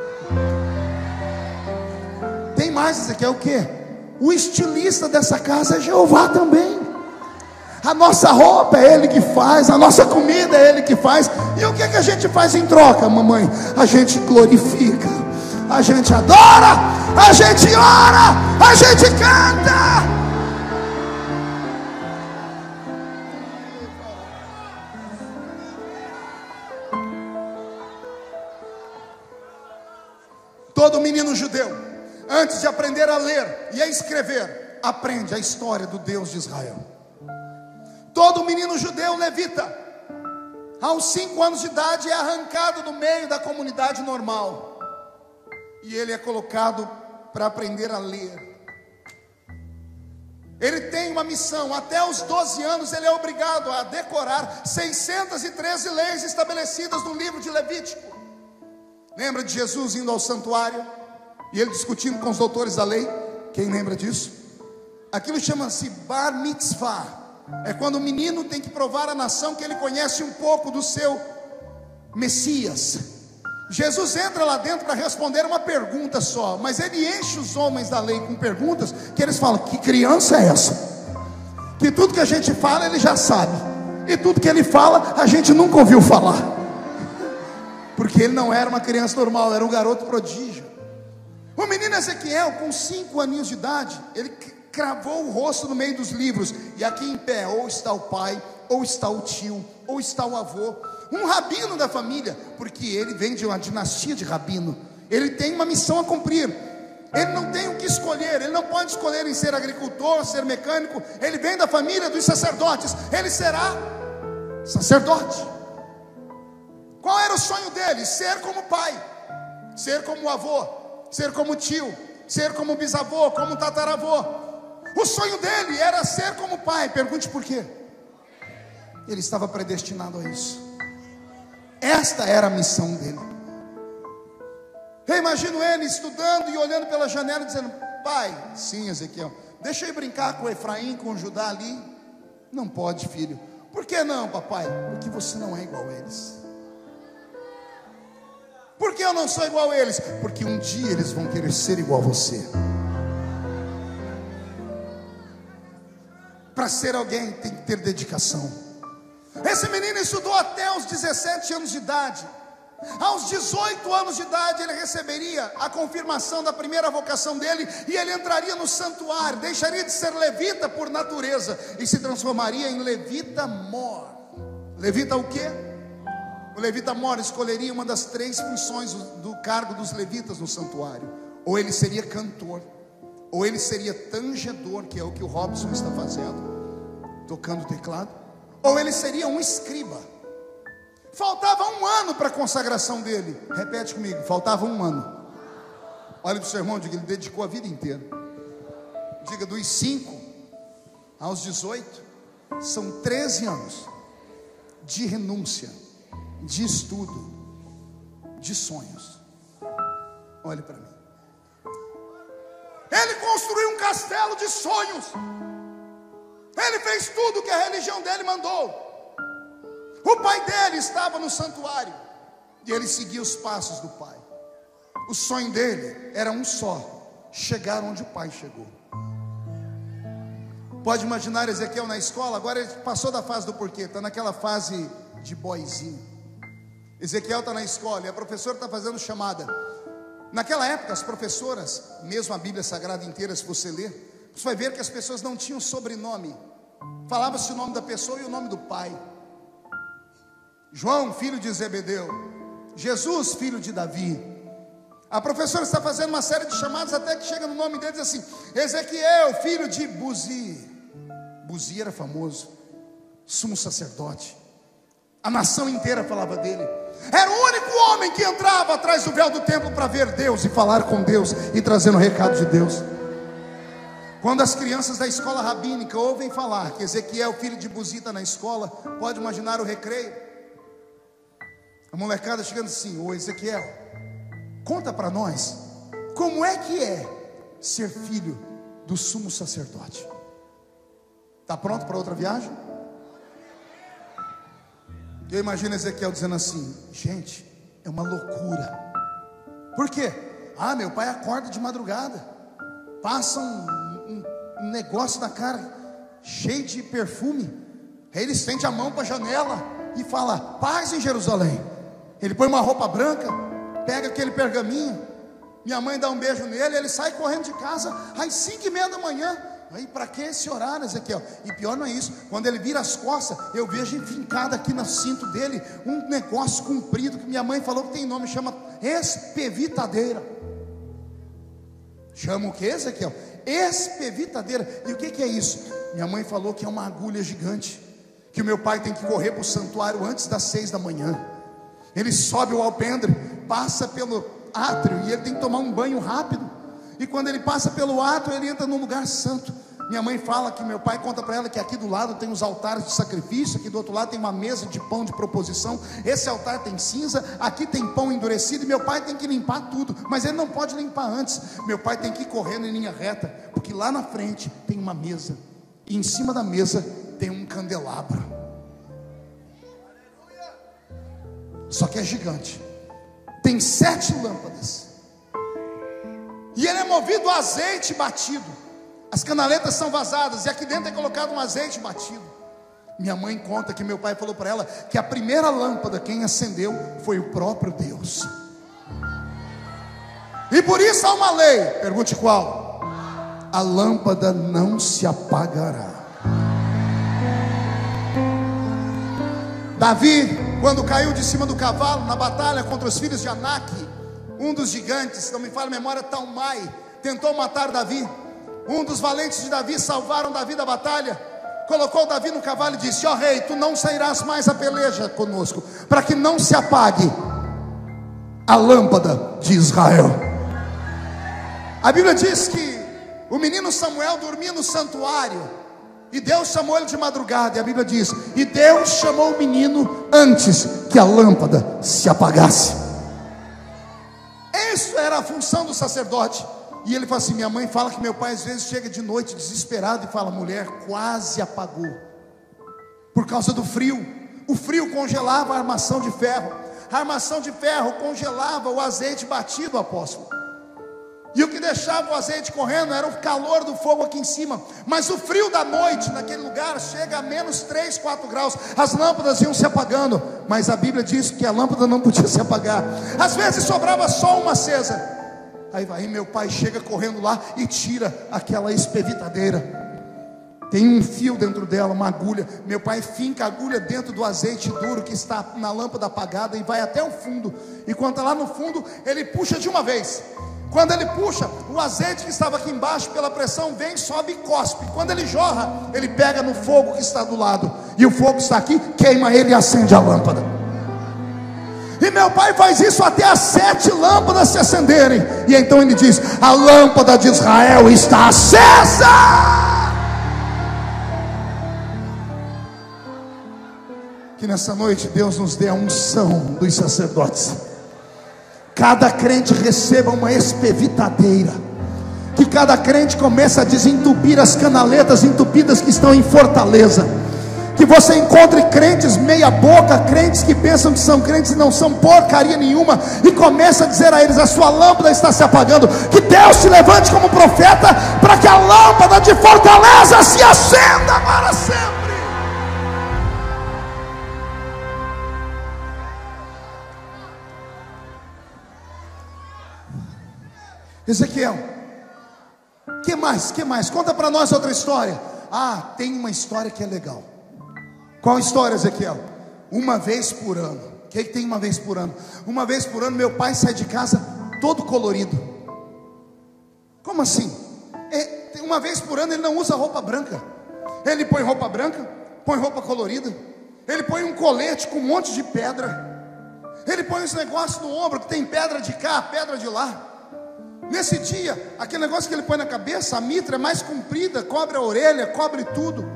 Speaker 1: Tem mais, Ezequiel, o que? O estilista dessa casa é Jeová também. A nossa roupa é Ele que faz, a nossa comida é Ele que faz. E o que a gente faz em troca, mamãe? A gente glorifica, a gente adora, a gente ora, a gente canta. Todo menino judeu, antes de aprender a ler e a escrever, aprende a história do Deus de Israel. Todo menino judeu levita, aos 5 anos de idade, é arrancado do meio da comunidade normal, e ele é colocado para aprender a ler. Ele tem uma missão, até os 12 anos ele é obrigado a decorar 613 leis estabelecidas no livro de Levítico. Lembra de Jesus indo ao santuário e ele discutindo com os doutores da lei? Quem lembra disso? Aquilo chama-se bar mitzvah. É quando o menino tem que provar à nação que ele conhece um pouco do seu Messias. Jesus entra lá dentro para responder uma pergunta só, mas ele enche os homens da lei com perguntas que eles falam, que criança é essa? Que tudo que a gente fala ele já sabe, e tudo que ele fala a gente nunca ouviu falar. Porque ele não era uma criança normal, era um garoto prodígio. O menino Ezequiel, com 5 aninhos de idade, ele cravou o rosto no meio dos livros. E aqui em pé, ou está o pai, ou está o tio, ou está o avô, um rabino da família, porque ele vem de uma dinastia de rabino. Ele tem uma missão a cumprir. Ele não tem o que escolher. Ele não pode escolher em ser agricultor, ser mecânico. Ele vem da família dos sacerdotes. Ele será sacerdote. Qual era o sonho dele? Ser como pai, ser como avô, ser como tio, ser como bisavô, como tataravô. O sonho dele era ser como pai. Pergunte por quê. Ele estava predestinado a isso. Esta era a missão dele. Eu imagino ele estudando e olhando pela janela e dizendo: pai, sim, Ezequiel, deixa eu ir brincar com Efraim, com Judá ali. Não pode, filho. Por que não, papai? Porque você não é igual a eles. Por que eu não sou igual a eles? Porque um dia eles vão querer ser igual a você. Para ser alguém tem que ter dedicação. Esse menino estudou até os 17 anos de idade. Aos 18 anos de idade ele receberia a confirmação da primeira vocação dele, e ele entraria no santuário, deixaria de ser levita por natureza e se transformaria em levita mor. Levita o quê? O levita mor escolheria uma das 3 funções do cargo dos levitas no santuário. Ou ele seria cantor, ou ele seria tangedor, que é o que o Robson está fazendo, tocando teclado, ou ele seria um escriba. Faltava 1 ano para a consagração dele. Repete comigo, faltava 1 ano. Olha para o seu irmão, diga, ele dedicou a vida inteira. Diga, dos 5 aos 18 são 13 anos de renúncia, de estudo, de sonhos. Olhe para mim. Ele construiu um castelo de sonhos. Ele fez tudo que a religião dele mandou. O pai dele estava no santuário e ele seguia os passos do pai. O sonho dele era um só: chegar onde o pai chegou. Pode imaginar Ezequiel na escola. Agora ele passou da fase do porquê, está naquela fase de boyzinho. Ezequiel está na escola e a professora está fazendo chamada. Naquela época as professoras, mesmo a Bíblia Sagrada inteira, se você ler, você vai ver que as pessoas não tinham sobrenome. Falava-se o nome da pessoa e o nome do pai. João, filho de Zebedeu. Jesus, filho de Davi. A professora está fazendo uma série de chamadas até que chega no nome dele e diz assim: Ezequiel, filho de Buzi. Buzi era famoso, sumo sacerdote. A nação inteira falava dele. Era o único homem que entrava atrás do véu do templo para ver Deus e falar com Deus e trazendo o recado de Deus. Quando as crianças da escola rabínica ouvem falar que Ezequiel, filho de Buzi, está na escola, pode imaginar o recreio. A molecada chegando assim: ô Ezequiel, conta para nós, como é que é ser filho do sumo sacerdote? Está pronto para outra viagem? Eu imagino Ezequiel dizendo assim: gente, é uma loucura. Por quê? Ah, meu pai acorda de madrugada, passa um negócio na cara, cheio de perfume. Aí ele estende a mão para a janela e fala: paz em Jerusalém. Ele põe uma roupa branca, pega aquele pergaminho, minha mãe dá um beijo nele, ele sai correndo de casa às 5:30 da manhã. Aí para que esse horário, Ezequiel? E pior não é isso, quando ele vira as costas, eu vejo enfincado aqui no cinto dele um negócio comprido que minha mãe falou que tem nome, chama espevitadeira. Chama o que, Ezequiel? Espevitadeira. E o que é isso? Minha mãe falou que é uma agulha gigante, que o meu pai tem que correr para o santuário antes das 6 da manhã. Ele sobe o alpendre, passa pelo átrio e ele tem que tomar um banho rápido. E quando ele passa pelo átrio, ele entra num lugar santo. Minha mãe fala que meu pai conta para ela que aqui do lado tem os altares de sacrifício, aqui do outro lado tem uma mesa de pão de proposição. Esse altar tem cinza, aqui tem pão endurecido, e meu pai tem que limpar tudo, mas ele não pode limpar antes. Meu pai tem que ir correndo em linha reta, porque lá na frente tem uma mesa, e em cima da mesa tem um candelabro. Só que é gigante, tem 7 lâmpadas, e ele é movido a azeite batido. As canaletas são vazadas, e aqui dentro é colocado um azeite batido. Minha mãe conta que meu pai falou para ela que a primeira lâmpada quem acendeu foi o próprio Deus. E por isso há uma lei, pergunte qual? A lâmpada não se apagará. Davi, quando caiu de cima do cavalo na batalha contra os filhos de Anak, um dos gigantes, não me falha a memória, Talmai, tentou matar Davi. Um dos valentes de Davi salvaram Davi da batalha, colocou Davi no cavalo e disse: ó rei, tu não sairás mais a peleja conosco, para que não se apague a lâmpada de Israel. A Bíblia diz que o menino Samuel dormia no santuário, e Deus chamou ele de madrugada. E a Bíblia diz: e Deus chamou o menino antes que a lâmpada se apagasse. Isso era a função do sacerdote. E ele fala assim: minha mãe fala que meu pai às vezes chega de noite desesperado e fala: mulher, quase apagou, por causa do frio. O frio congelava a armação de ferro, a armação de ferro congelava o azeite batido, apóstolo. E o que deixava o azeite correndo era o calor do fogo aqui em cima. Mas o frio da noite naquele lugar chega a menos 3, 4 graus. As lâmpadas iam se apagando, mas a Bíblia diz que a lâmpada não podia se apagar. Às vezes sobrava só uma acesa. Aí meu pai chega correndo lá e tira aquela espevitadeira. Tem um fio dentro dela, uma agulha. Meu pai finca a agulha dentro do azeite duro que está na lâmpada apagada e vai até o fundo. E quando está lá no fundo, ele puxa de uma vez. Quando ele puxa, o azeite que estava aqui embaixo pela pressão vem, sobe e cospe. Quando ele jorra, ele pega no fogo que está do lado, e o fogo está aqui, queima ele e acende a lâmpada. E meu pai faz isso até as 7 lâmpadas se acenderem. E então ele diz: a lâmpada de Israel está acesa. Que nessa noite Deus nos dê a unção dos sacerdotes. Cada crente receba uma espevitadeira. Que cada crente comece a desentupir as canaletas entupidas que estão em Fortaleza. Que você encontre crentes meia boca, crentes que pensam que são crentes e não são porcaria nenhuma, e comece a dizer a eles: a sua lâmpada está se apagando. Que Deus se levante como profeta, para que a lâmpada de Fortaleza se acenda para sempre. Ezequiel, que mais? Conta para nós outra história. Ah, tem uma história que é legal. Qual história, Ezequiel? Uma vez por ano. O que tem uma vez por ano? Uma vez por ano meu pai sai de casa todo colorido. Como assim? Uma vez por ano ele não usa roupa branca. Ele põe roupa branca, põe roupa colorida. Ele põe um colete com um monte de pedra. Ele põe esse negócio no ombro que tem pedra de cá, pedra de lá. Nesse dia, aquele negócio que ele põe na cabeça, a mitra é mais comprida, cobre a orelha, cobre tudo.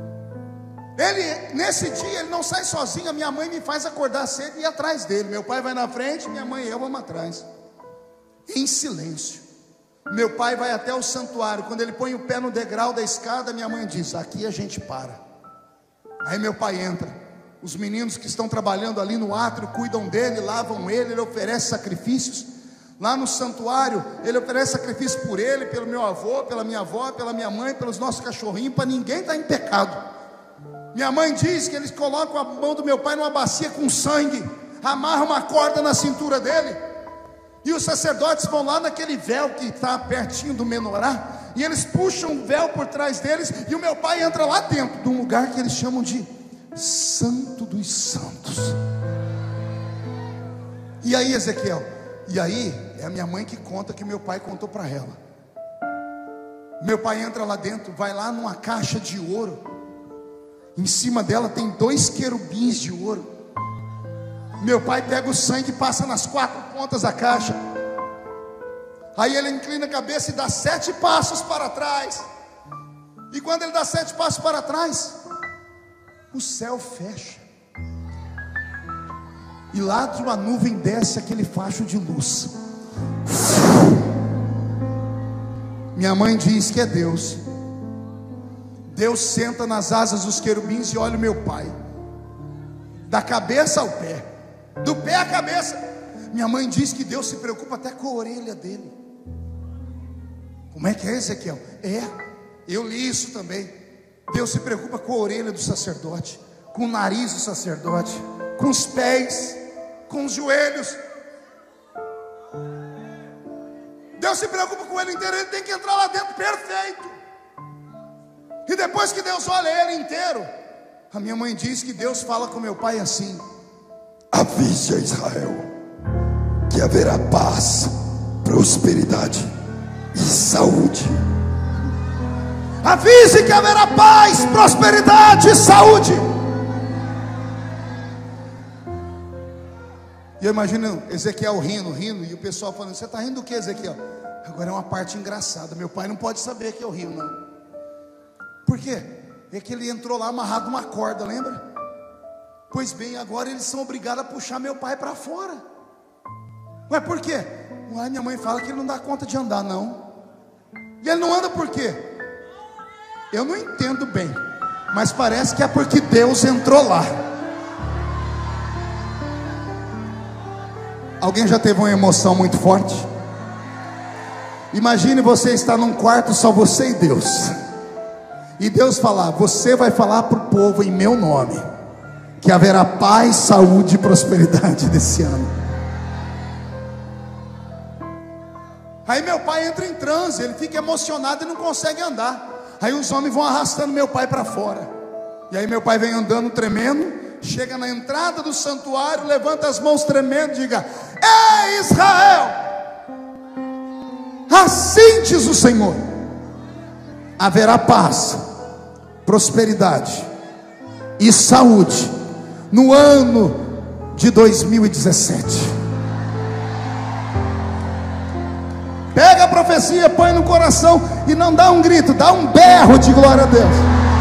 Speaker 1: Nesse dia, ele não sai sozinho. A minha mãe me faz acordar cedo e ir atrás dele. Meu pai vai na frente, minha mãe e eu vamos atrás, em silêncio. Meu pai vai até o santuário. Quando ele põe o pé no degrau da escada, minha mãe diz: aqui a gente para. Aí meu pai entra. Os meninos que estão trabalhando ali no átrio cuidam dele, lavam ele, ele oferece sacrifícios. Lá no santuário, ele oferece sacrifício por ele, pelo meu avô, pela minha avó, pela minha mãe, pelos nossos cachorrinhos, para ninguém estar em pecado. Minha mãe diz que eles colocam a mão do meu pai numa bacia com sangue, amarram uma corda na cintura dele, e os sacerdotes vão lá naquele véu que está pertinho do menorá, e eles puxam o véu por trás deles, e o meu pai entra lá dentro de um lugar que eles chamam de Santo dos Santos. E aí, Ezequiel? E aí, é a minha mãe que conta, que meu pai contou para ela. Meu pai entra lá dentro, vai lá numa caixa de ouro. Em cima dela tem 2 querubins de ouro. Meu pai pega o sangue e passa nas 4 pontas da caixa. Aí ele inclina a cabeça e dá 7 passos para trás. E quando ele dá 7 passos para trás, o céu fecha. E lá de uma nuvem desce aquele facho de luz. Minha mãe diz que é Deus. Deus senta nas asas dos querubins e olha o meu pai, da cabeça ao pé, do pé à cabeça. Minha mãe diz que Deus se preocupa até com a orelha dele. Como é que é, Ezequiel? Eu li isso também. Deus se preocupa com a orelha do sacerdote, com o nariz do sacerdote, com os pés, com os joelhos. Deus se preocupa com ele inteiro. Ele tem que entrar lá dentro perfeito. E depois que Deus olha ele inteiro, A minha mãe diz que Deus fala com meu pai assim:
Speaker 2: avise a Israel que haverá paz, prosperidade e saúde.
Speaker 1: Avise que haverá paz, prosperidade e saúde. E eu imagino Ezequiel rindo, e o pessoal falando: você está rindo do que, Ezequiel? Agora é uma parte engraçada, meu pai não pode saber que eu rio, não. Por quê? É que ele entrou lá amarrado numa corda, lembra? Pois bem, agora eles são obrigados a puxar meu pai para fora. Ué, por quê? Ué, minha mãe fala que ele não dá conta de andar, não. E ele não anda por quê? Eu não entendo bem, mas parece que é porque Deus entrou lá. Alguém já teve uma emoção muito forte? Imagine você estar num quarto só você e Deus, e Deus falar: você vai falar para o povo em meu nome que haverá paz, saúde e prosperidade desse ano. Aí meu pai entra em transe, ele fica emocionado e não consegue andar. Aí os homens vão arrastando meu pai para fora. E aí meu pai vem andando tremendo, chega na entrada do santuário, levanta as mãos tremendo e diga: ei Israel, assim diz o Senhor, haverá paz, prosperidade e saúde no ano de 2017. Pega a profecia, põe no coração e não dá um grito, dá um berro de glória a Deus.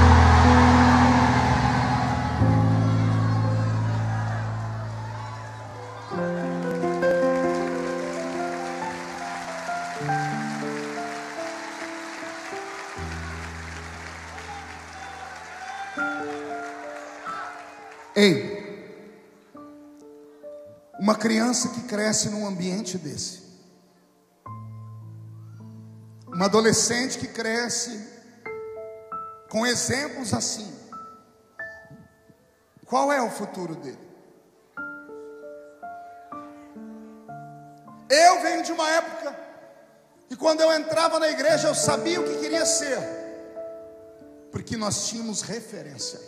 Speaker 1: Ei, uma criança que cresce num ambiente desse, uma adolescente que cresce com exemplos assim, qual é o futuro dele? Eu venho de uma época que quando eu entrava na igreja eu sabia o que queria ser, porque nós tínhamos referência.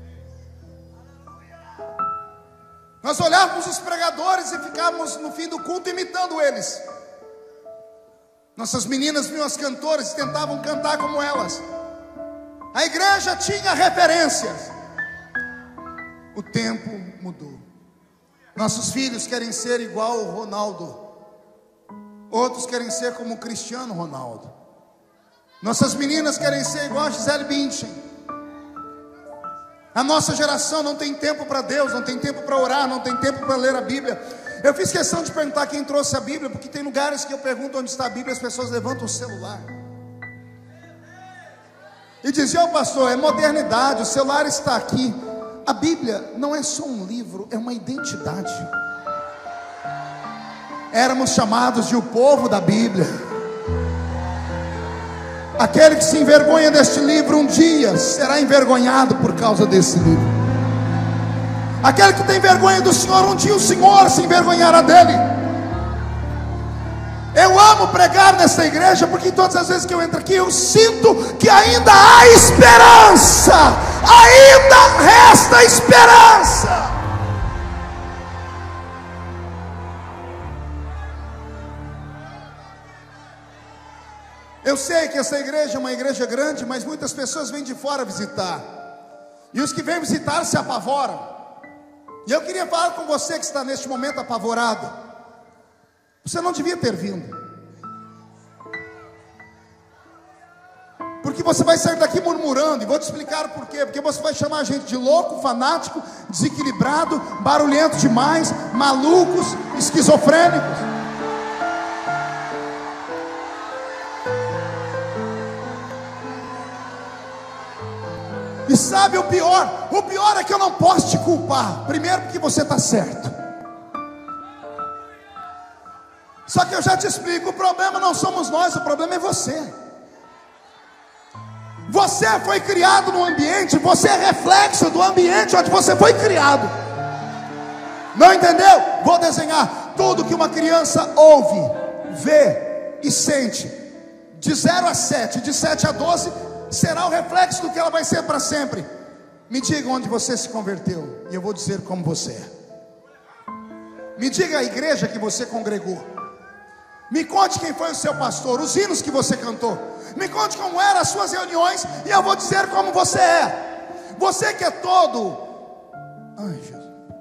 Speaker 1: Nós olhávamos os pregadores e ficávamos no fim do culto imitando eles. Nossas meninas viam as cantoras e tentavam cantar como elas. A igreja tinha referências. O tempo mudou. Nossos filhos querem ser igual o Ronaldo. Outros querem ser como o Cristiano Ronaldo. Nossas meninas querem ser igual a Gisele Bündchen. A nossa geração não tem tempo para Deus, não tem tempo para orar, não tem tempo para ler a Bíblia. Eu fiz questão de perguntar quem trouxe a Bíblia, porque tem lugares que eu pergunto onde está a Bíblia, as pessoas levantam o celular e dizem: ó pastor, é modernidade, o celular está aqui. A Bíblia não é só um livro, é uma identidade. Éramos chamados de o povo da Bíblia. Aquele que se envergonha deste livro um dia será envergonhado por causa desse livro. Aquele que tem vergonha do Senhor, um dia o Senhor se envergonhará dele. Eu amo pregar nessa igreja, porque todas as vezes que eu entro aqui eu sinto que ainda há esperança. Ainda resta esperança. Eu sei que essa igreja é uma igreja grande, mas muitas pessoas vêm de fora visitar, e os que vêm visitar se apavoram. E eu queria falar com você que está neste momento apavorado. Você não devia ter vindo, porque você vai sair daqui murmurando, e vou te explicar o porquê. Porque você vai chamar a gente de louco, fanático, desequilibrado, barulhento demais, malucos, esquizofrênicos. E sabe o pior? O pior é que eu não posso te culpar. Primeiro porque você está certo. Só que eu já te explico, o problema não somos nós, o problema é você. Você foi criado num ambiente, você é reflexo do ambiente onde você foi criado. Não entendeu? Vou desenhar tudo que uma criança ouve, vê e sente. De 0 a 7, de 7 a 12, será o reflexo do que ela vai ser para sempre. Me diga onde você se converteu, e eu vou dizer como você é. Me diga a igreja que você congregou. Me conte quem foi o seu pastor, os hinos que você cantou. Me conte como eram as suas reuniões, e eu vou dizer como você é. Você que é todo... Ai, Jesus.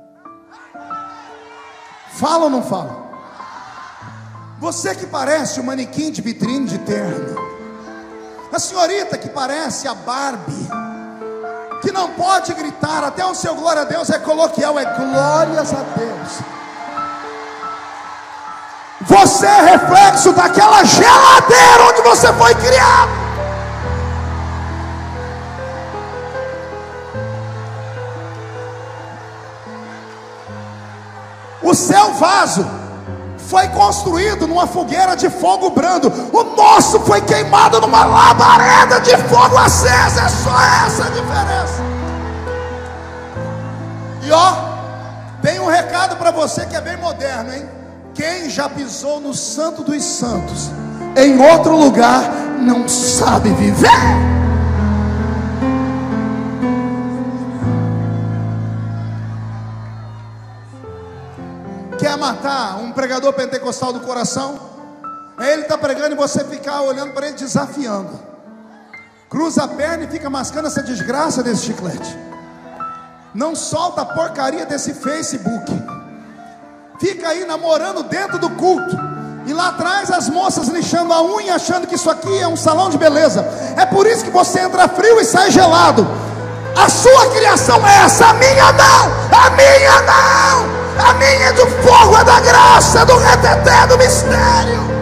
Speaker 1: Fala ou não fala? Você que parece o manequim de vitrine de terno. A senhorita que parece a Barbie, que não pode gritar, até o seu glória a Deus é coloquial, é glórias a Deus. Você é reflexo daquela geladeira onde você foi criado. O seu vaso foi construído numa fogueira de fogo brando. O nosso foi queimado numa labareda de fogo acesa. É só essa a diferença. E ó, tem um recado para você que é bem moderno, hein? Quem já pisou no Santo dos Santos em outro lugar não sabe viver. Quer matar um pregador pentecostal do coração? Ele está pregando e você ficar olhando para ele desafiando. Cruza a perna e fica mascando essa desgraça desse chiclete. Não solta a porcaria desse Facebook. Fica aí namorando dentro do culto, e lá atrás as moças lixando a unha, achando que isso aqui é um salão de beleza. É por isso que você entra frio e sai gelado. A sua criação é essa, a minha não. A minha não. A minha é do fogo, é da graça, é do reteté, do mistério.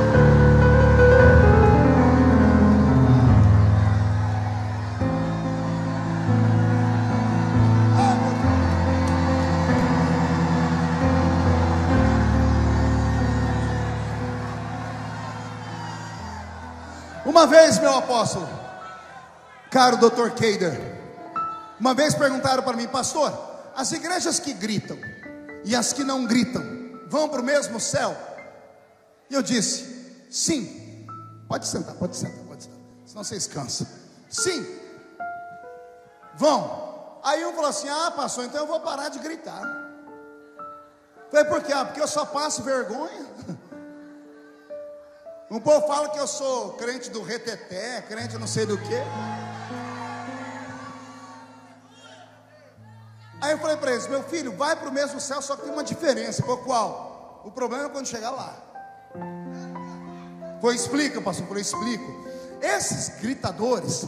Speaker 1: Uma vez, meu apóstolo, caro Dr. Keider, uma vez perguntaram para mim: pastor, as igrejas que gritam e as que não gritam vão para o mesmo céu? E eu disse: sim. Pode sentar, pode sentar, senão vocês cansam. Sim, vão. Aí um falou assim: ah, pastor, então eu vou parar de gritar. Falei: por quê? Ah, porque eu só passo vergonha. Um povo fala que eu sou crente do reteté, crente não sei do que. Aí eu falei para eles: meu filho, vai para o mesmo céu, só que tem uma diferença. Por qual? O problema é quando chegar lá. Foi, explica, pastor. Eu explico. Esses gritadores,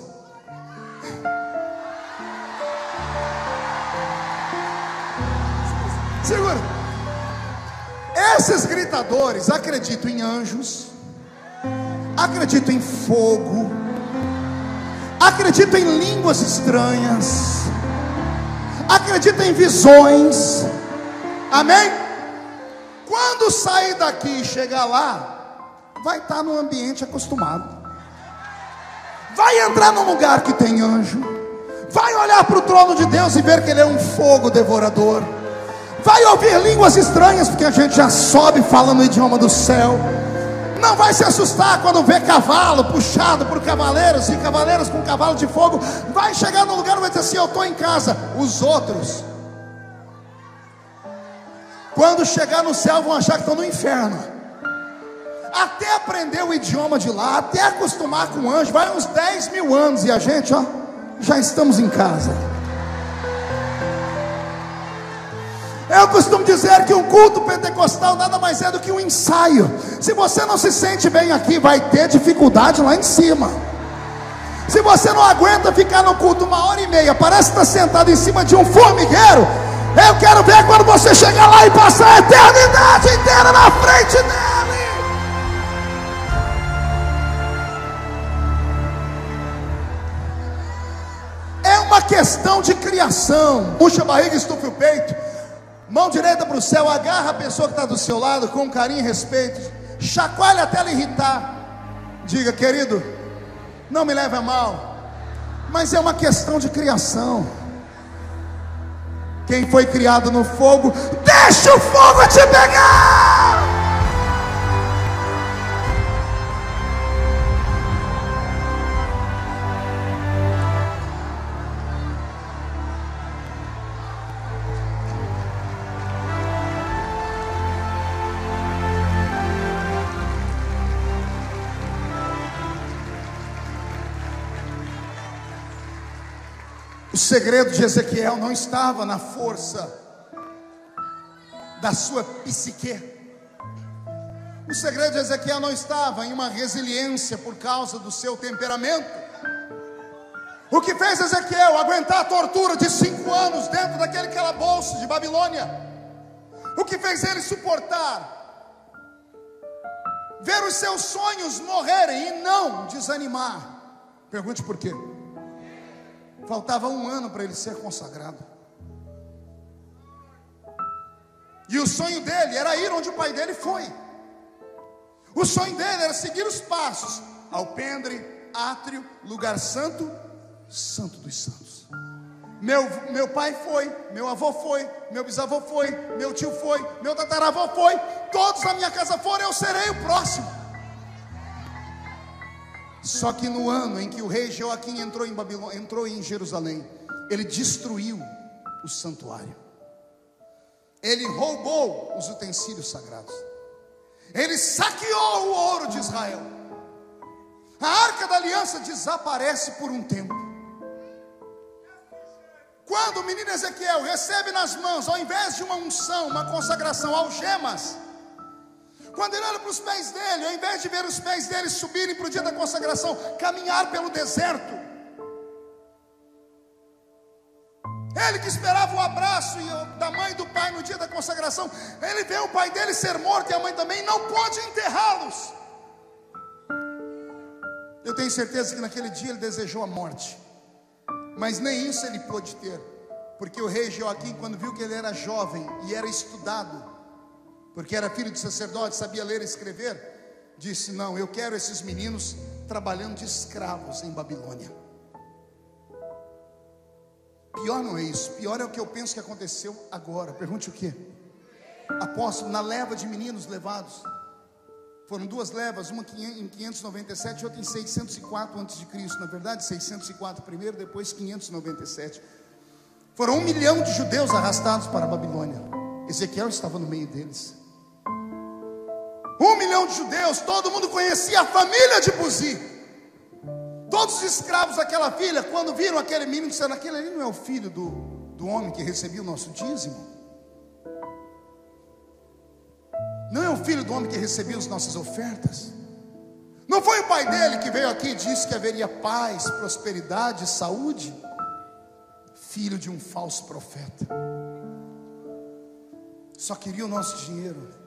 Speaker 1: segura. Esses gritadores acreditam em anjos, acredito em fogo, acredito em línguas estranhas, acredito em visões. Amém? Quando sair daqui e chegar lá, vai estar num ambiente acostumado, vai entrar num lugar que tem anjo, vai olhar para o trono de Deus e ver que ele é um fogo devorador, vai ouvir línguas estranhas, porque a gente já sobe falando o idioma do céu. Não vai se assustar quando vê cavalo puxado por cavaleiros e cavaleiros com cavalo de fogo. Vai chegar no lugar e vai dizer assim: eu estou em casa. Os outros, quando chegar no céu, vão achar que estão no inferno. Até aprender o idioma de lá, até acostumar com o anjo, vai uns 10 mil anos. E a gente, ó, já estamos em casa. Eu costumo dizer que um culto pentecostal nada mais é do que um ensaio. Se você não se sente bem aqui, vai ter dificuldade lá em cima. Se você não aguenta ficar no culto 1h30, parece estar sentado em cima de um formigueiro, eu quero ver quando você chegar lá e passar a eternidade inteira na frente dele. É uma questão de criação. Puxa a barriga, estufa o peito. Mão direita para o céu, agarra a pessoa que está do seu lado com carinho e respeito, chacoalha até ela irritar. Diga: querido, não me leve a mal, mas é uma questão de criação. Quem foi criado no fogo, deixa o fogo te pegar. O segredo de Ezequiel não estava na força da sua psique. O segredo de Ezequiel não estava em uma resiliência por causa do seu temperamento. O que fez Ezequiel aguentar a tortura de 5 anos dentro daquele calabouço de Babilônia, o que fez ele suportar ver os seus sonhos morrerem e não desanimar? Pergunte por quê. Faltava 1 ano para ele ser consagrado. E o sonho dele era ir onde o pai dele foi. O sonho dele era seguir os passos: alpendre, átrio, lugar santo, santo dos santos. Meu pai foi, meu avô foi, meu bisavô foi, meu tio foi, meu tataravô foi, todos na minha casa foram, eu serei o próximo. Só que no ano em que o rei Joaquim entrou em Jerusalém, ele destruiu o santuário. Ele roubou os utensílios sagrados. Ele saqueou o ouro de Israel. A arca da aliança desaparece por um tempo. Quando o menino Ezequiel recebe nas mãos, ao invés de uma unção, uma consagração, algemas, quando ele olha para os pés dele, ao invés de ver os pés dele subirem para o dia da consagração, caminhar pelo deserto, ele que esperava o abraço da mãe e do pai no dia da consagração, ele vê o pai dele ser morto e a mãe também, não pôde enterrá-los. Eu tenho certeza que naquele dia ele desejou a morte, mas nem isso ele pôde ter, porque o rei Joaquim, quando viu que ele era jovem e era estudado, porque era filho de sacerdote, sabia ler e escrever, disse: não, eu quero esses meninos trabalhando de escravos em Babilônia. Pior não é isso, pior é o que eu penso que aconteceu agora. Pergunte o que? Apóstolo, na leva de meninos levados, foram 2 levas, uma em 597 e outra em 604 a.C. Na verdade 604 primeiro, depois 597. Foram 1 milhão de judeus arrastados para a Babilônia. Ezequiel estava no meio deles. 1 milhão de judeus, todo mundo conhecia a família de Buzi. Todos os escravos daquela filha, quando viram aquele menino, disseram: aquele ali não é o filho do homem que recebia o nosso dízimo? Não é o filho do homem que recebia as nossas ofertas? Não foi o pai dele que veio aqui e disse que haveria paz, prosperidade e saúde? Filho de um falso profeta. Só queria o nosso dinheiro.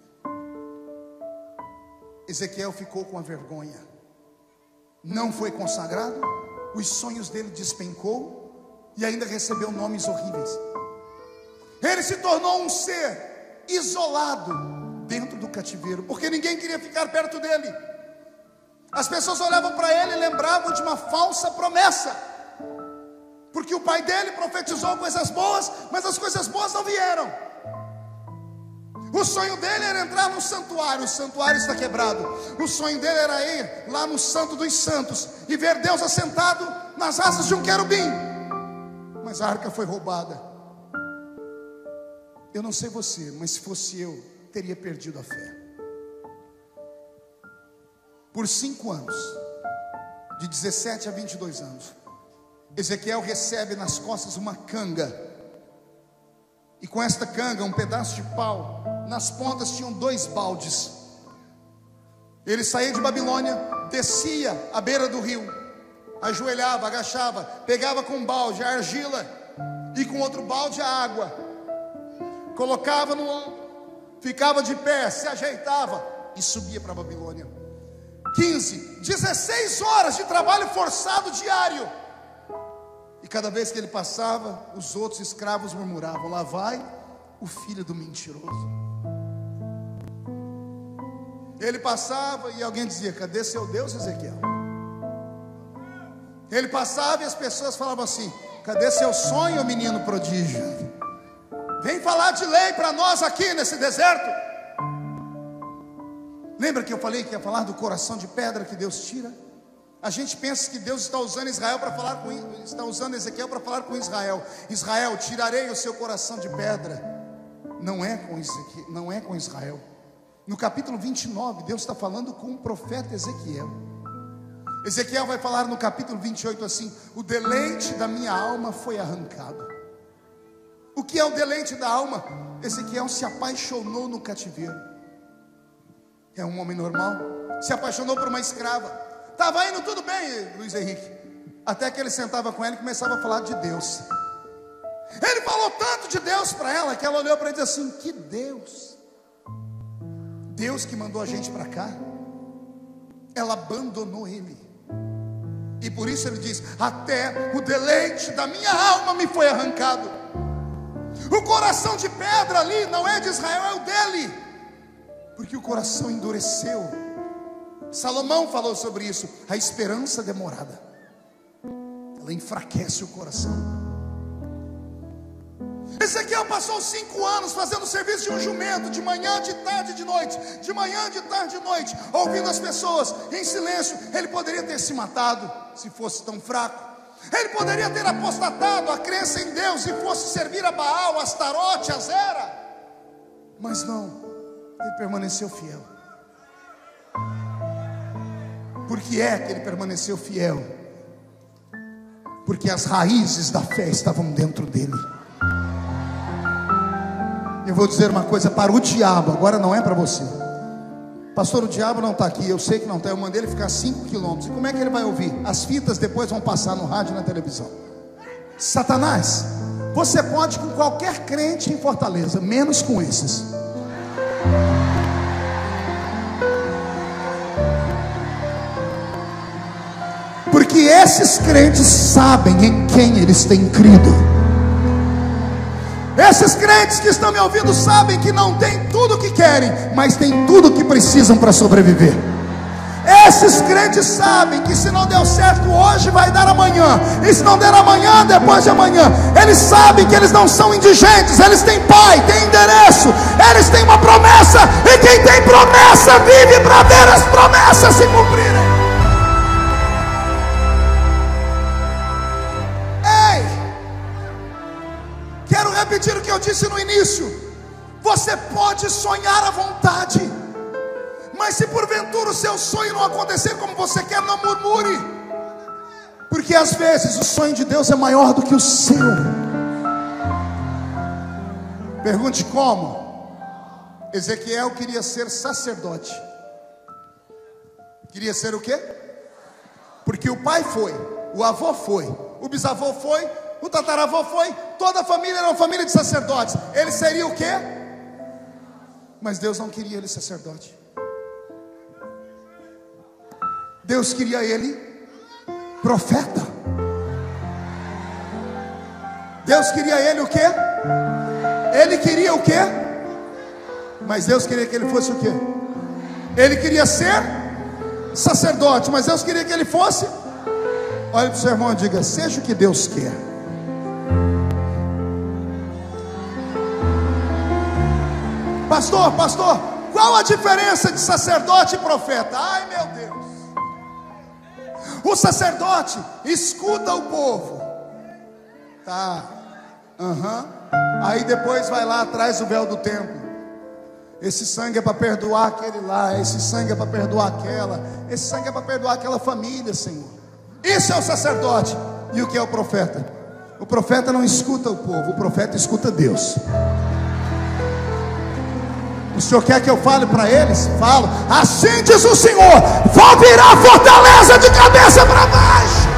Speaker 1: Ezequiel ficou com a vergonha. Não foi consagrado, os sonhos dele despencou e ainda recebeu nomes horríveis. Ele se tornou um ser isolado dentro do cativeiro, porque ninguém queria ficar perto dele. As pessoas olhavam para ele e lembravam de uma falsa promessa, porque o pai dele profetizou coisas boas, mas as coisas boas não vieram. O sonho dele era entrar no santuário, o santuário está quebrado. O sonho dele era ir lá no Santo dos Santos e ver Deus assentado nas asas de um querubim, mas a arca foi roubada. Eu não sei você, mas se fosse eu, teria perdido a fé. Por 5 anos, de 17 a 22 anos, Ezequiel recebe nas costas uma canga, e com esta canga, um pedaço de pau, nas pontas tinham 2 baldes. Ele saía de Babilônia, descia à beira do rio, ajoelhava, agachava, pegava com um balde a argila e com outro balde a água, colocava no ombro, ficava de pé, se ajeitava e subia para a Babilônia. 16 horas de trabalho forçado diário. E cada vez que ele passava, os outros escravos murmuravam: lá vai o filho do mentiroso. Ele passava e alguém dizia: cadê seu Deus, Ezequiel? Ele passava e as pessoas falavam assim: cadê seu sonho, menino prodígio? Vem falar de lei para nós aqui nesse deserto. Lembra que eu falei que ia falar do coração de pedra que Deus tira? A gente pensa que Deus está usando Israel para falar com, está usando Ezequiel para falar com Israel. Israel, tirarei o seu coração de pedra. Não é com Ezequiel, não é com Israel. No capítulo 29, Deus está falando com o profeta Ezequiel. Ezequiel vai falar no capítulo 28 assim: o deleite da minha alma foi arrancado. O que é o deleite da alma? Ezequiel se apaixonou no cativeiro. É um homem normal, se apaixonou por uma escrava. Estava indo tudo bem, Luiz Henrique, até que ele sentava com ela e começava a falar de Deus. Ele falou tanto de Deus para ela, que ela olhou para ele e disse assim: que Deus? Deus que mandou a gente para cá? Ela abandonou ele. E por isso ele diz: até o deleite da minha alma me foi arrancado. O coração de pedra ali não é de Israel, é o dele, porque o coração endureceu. Salomão falou sobre isso: a esperança demorada, ela enfraquece o coração. Ezequiel passou 5 anos fazendo o serviço de um jumento, de manhã, de tarde, de noite, de manhã, de tarde, de noite, ouvindo as pessoas em silêncio. Ele poderia ter se matado se fosse tão fraco. Ele poderia ter apostatado a crença em Deus e fosse servir a Baal, a Astarote, a Zera. Mas não, ele permaneceu fiel. Por que é que ele permaneceu fiel? Porque as raízes da fé estavam dentro dele. Eu vou dizer uma coisa para o diabo, agora não é para você. Pastor, o diabo não está aqui, eu sei que não está. Eu mandei ele ficar 5 quilômetros. E como é que ele vai ouvir? As fitas depois vão passar no rádio e na televisão. Satanás, você pode com qualquer crente em Fortaleza, menos com esses. Porque esses crentes sabem em quem eles têm crido. Esses crentes que estão me ouvindo sabem que não tem tudo o que querem, mas tem tudo o que precisam para sobreviver. Esses crentes sabem que se não deu certo hoje, vai dar amanhã, e se não der amanhã, depois de amanhã. Eles sabem que eles não são indigentes, eles têm pai, têm endereço, eles têm uma promessa, e quem tem promessa vive para ver as promessas se cumprirem. Quero repetir o que eu disse no início: você pode sonhar à vontade, mas se porventura o seu sonho não acontecer como você quer, não murmure, porque às vezes o sonho de Deus é maior do que o seu. Pergunte como. Ezequiel queria ser sacerdote. Queria ser o quê? Porque o pai foi, o avô foi, o bisavô foi, o tataravô foi, toda a família era uma família de sacerdotes. Ele seria o quê? Mas Deus não queria ele sacerdote. Deus queria ele profeta. Deus queria ele o quê? Ele queria o quê? Mas Deus queria que ele fosse o quê? Ele queria ser sacerdote, mas Deus queria que ele fosse. Olha para o seu irmão e diga: seja o que Deus quer. Pastor, qual a diferença de sacerdote e profeta? Ai meu Deus. O sacerdote escuta o povo. Tá. Aí depois vai lá atrás do véu do templo. Esse sangue é para perdoar aquele lá, esse sangue é para perdoar aquela, esse sangue é para perdoar aquela família, Senhor. Isso é o sacerdote. E o que é o profeta? O profeta não escuta o povo, o profeta escuta Deus. O Senhor quer que eu fale para eles? Falo. Assim diz o Senhor: vou virar a fortaleza de cabeça para baixo.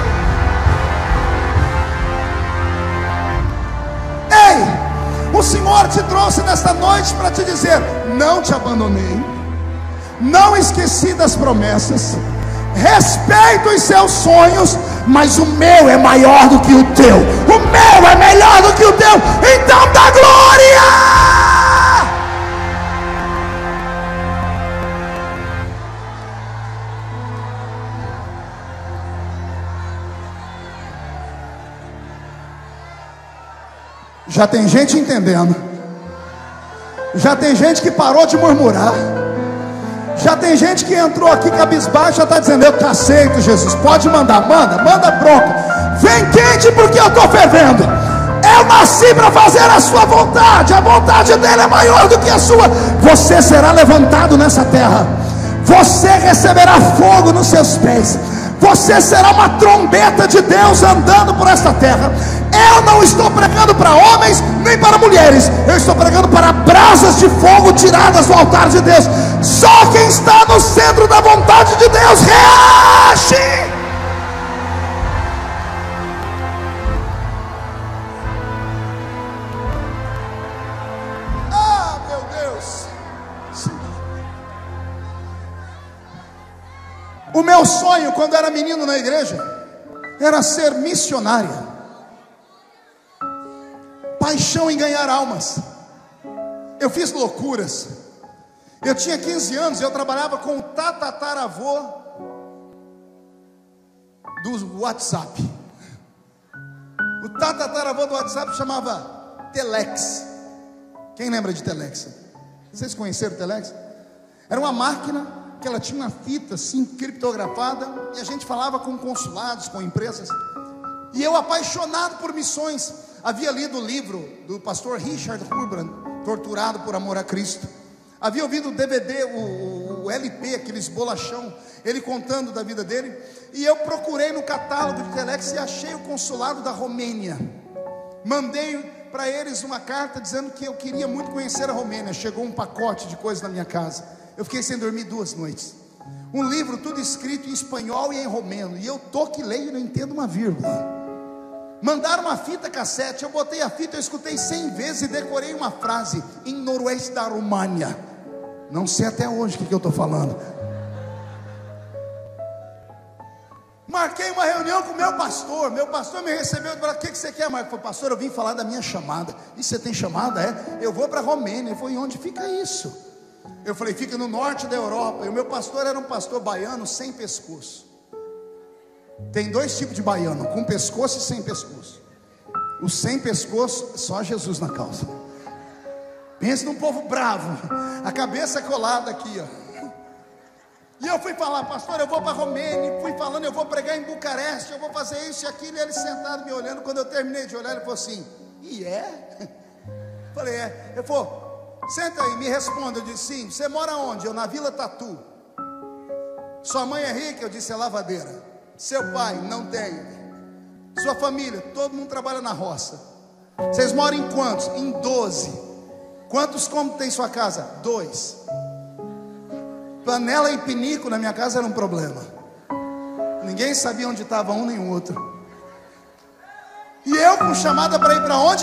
Speaker 1: Ei, o Senhor te trouxe nesta noite para te dizer: não te abandonei, não esqueci das promessas, respeito os seus sonhos, mas o meu é maior do que o teu, o meu é melhor do que o teu, então dá glória. Já tem gente entendendo. Já tem gente que parou de murmurar. Já tem gente que entrou aqui cabisbaixo, já está dizendo: eu te aceito, Jesus, pode mandar, manda bronca. Vem quente porque eu estou fervendo. Eu nasci para fazer a sua vontade. A vontade dele é maior do que a sua. Você será levantado nessa terra. Você receberá fogo nos seus pés. Você será uma trombeta de Deus andando por esta terra. Eu não estou pregando para homens nem para mulheres, eu estou pregando para brasas de fogo tiradas do altar de Deus. Só quem está no centro da vontade de Deus reage. Ah, meu Deus. O meu sonho quando era menino na igreja era ser missionária. Paixão em ganhar almas. Eu fiz loucuras. Eu tinha 15 anos e eu trabalhava com o tataravô do WhatsApp. O tataravô do WhatsApp chamava Telex. Quem lembra de Telex? Vocês conheceram o Telex? Era uma máquina que ela tinha uma fita assim criptografada e a gente falava com consulados, com empresas. E eu, apaixonado por missões, havia lido o livro do pastor Richard Hurbrand, Torturado por Amor a Cristo. Havia ouvido o DVD, o LP, aqueles bolachão, ele contando da vida dele. E eu procurei no catálogo de Telex e achei o consulado da Romênia. Mandei para eles uma carta dizendo que eu queria muito conhecer a Romênia. Chegou um pacote de coisas na minha casa. Eu fiquei sem dormir 2 noites. Um livro tudo escrito em espanhol e em romeno. E eu que leio e não entendo uma vírgula. Mandaram uma fita cassete, eu botei a fita, eu escutei 100 vezes e decorei uma frase em noroeste da România. Não sei até hoje o que eu estou falando. Marquei uma reunião com o meu pastor me recebeu e falou: o que você quer, Marco? Eu falei: pastor, eu vim falar da minha chamada. E você tem chamada? É? Eu vou para a Romênia. Ele falou: e onde fica isso? Eu falei: fica no norte da Europa. E o meu pastor era um pastor baiano sem pescoço. Tem 2 tipos de baiano, com pescoço e sem pescoço. O sem pescoço, só Jesus na causa. Pensa num povo bravo, a cabeça colada aqui, ó. E eu fui falar: pastor, eu vou para a Romênia. Fui falando: eu vou pregar em Bucareste, eu vou fazer isso e aquilo. E ele sentado me olhando. Quando eu terminei de olhar, ele falou assim: e é? Falei: é. Ele falou: senta aí, me responda. Eu disse: sim. Você mora onde? Eu: na Vila Tatu. Sua mãe é rica? Eu disse: é lavadeira. Seu pai? Não tem. Sua família? Todo mundo trabalha na roça. Vocês moram em quantos? Em 12. Quantos cômodos tem sua casa? 2. Panela e pinico na minha casa era um problema. Ninguém sabia onde estava um nem o outro. E eu com chamada para ir para onde?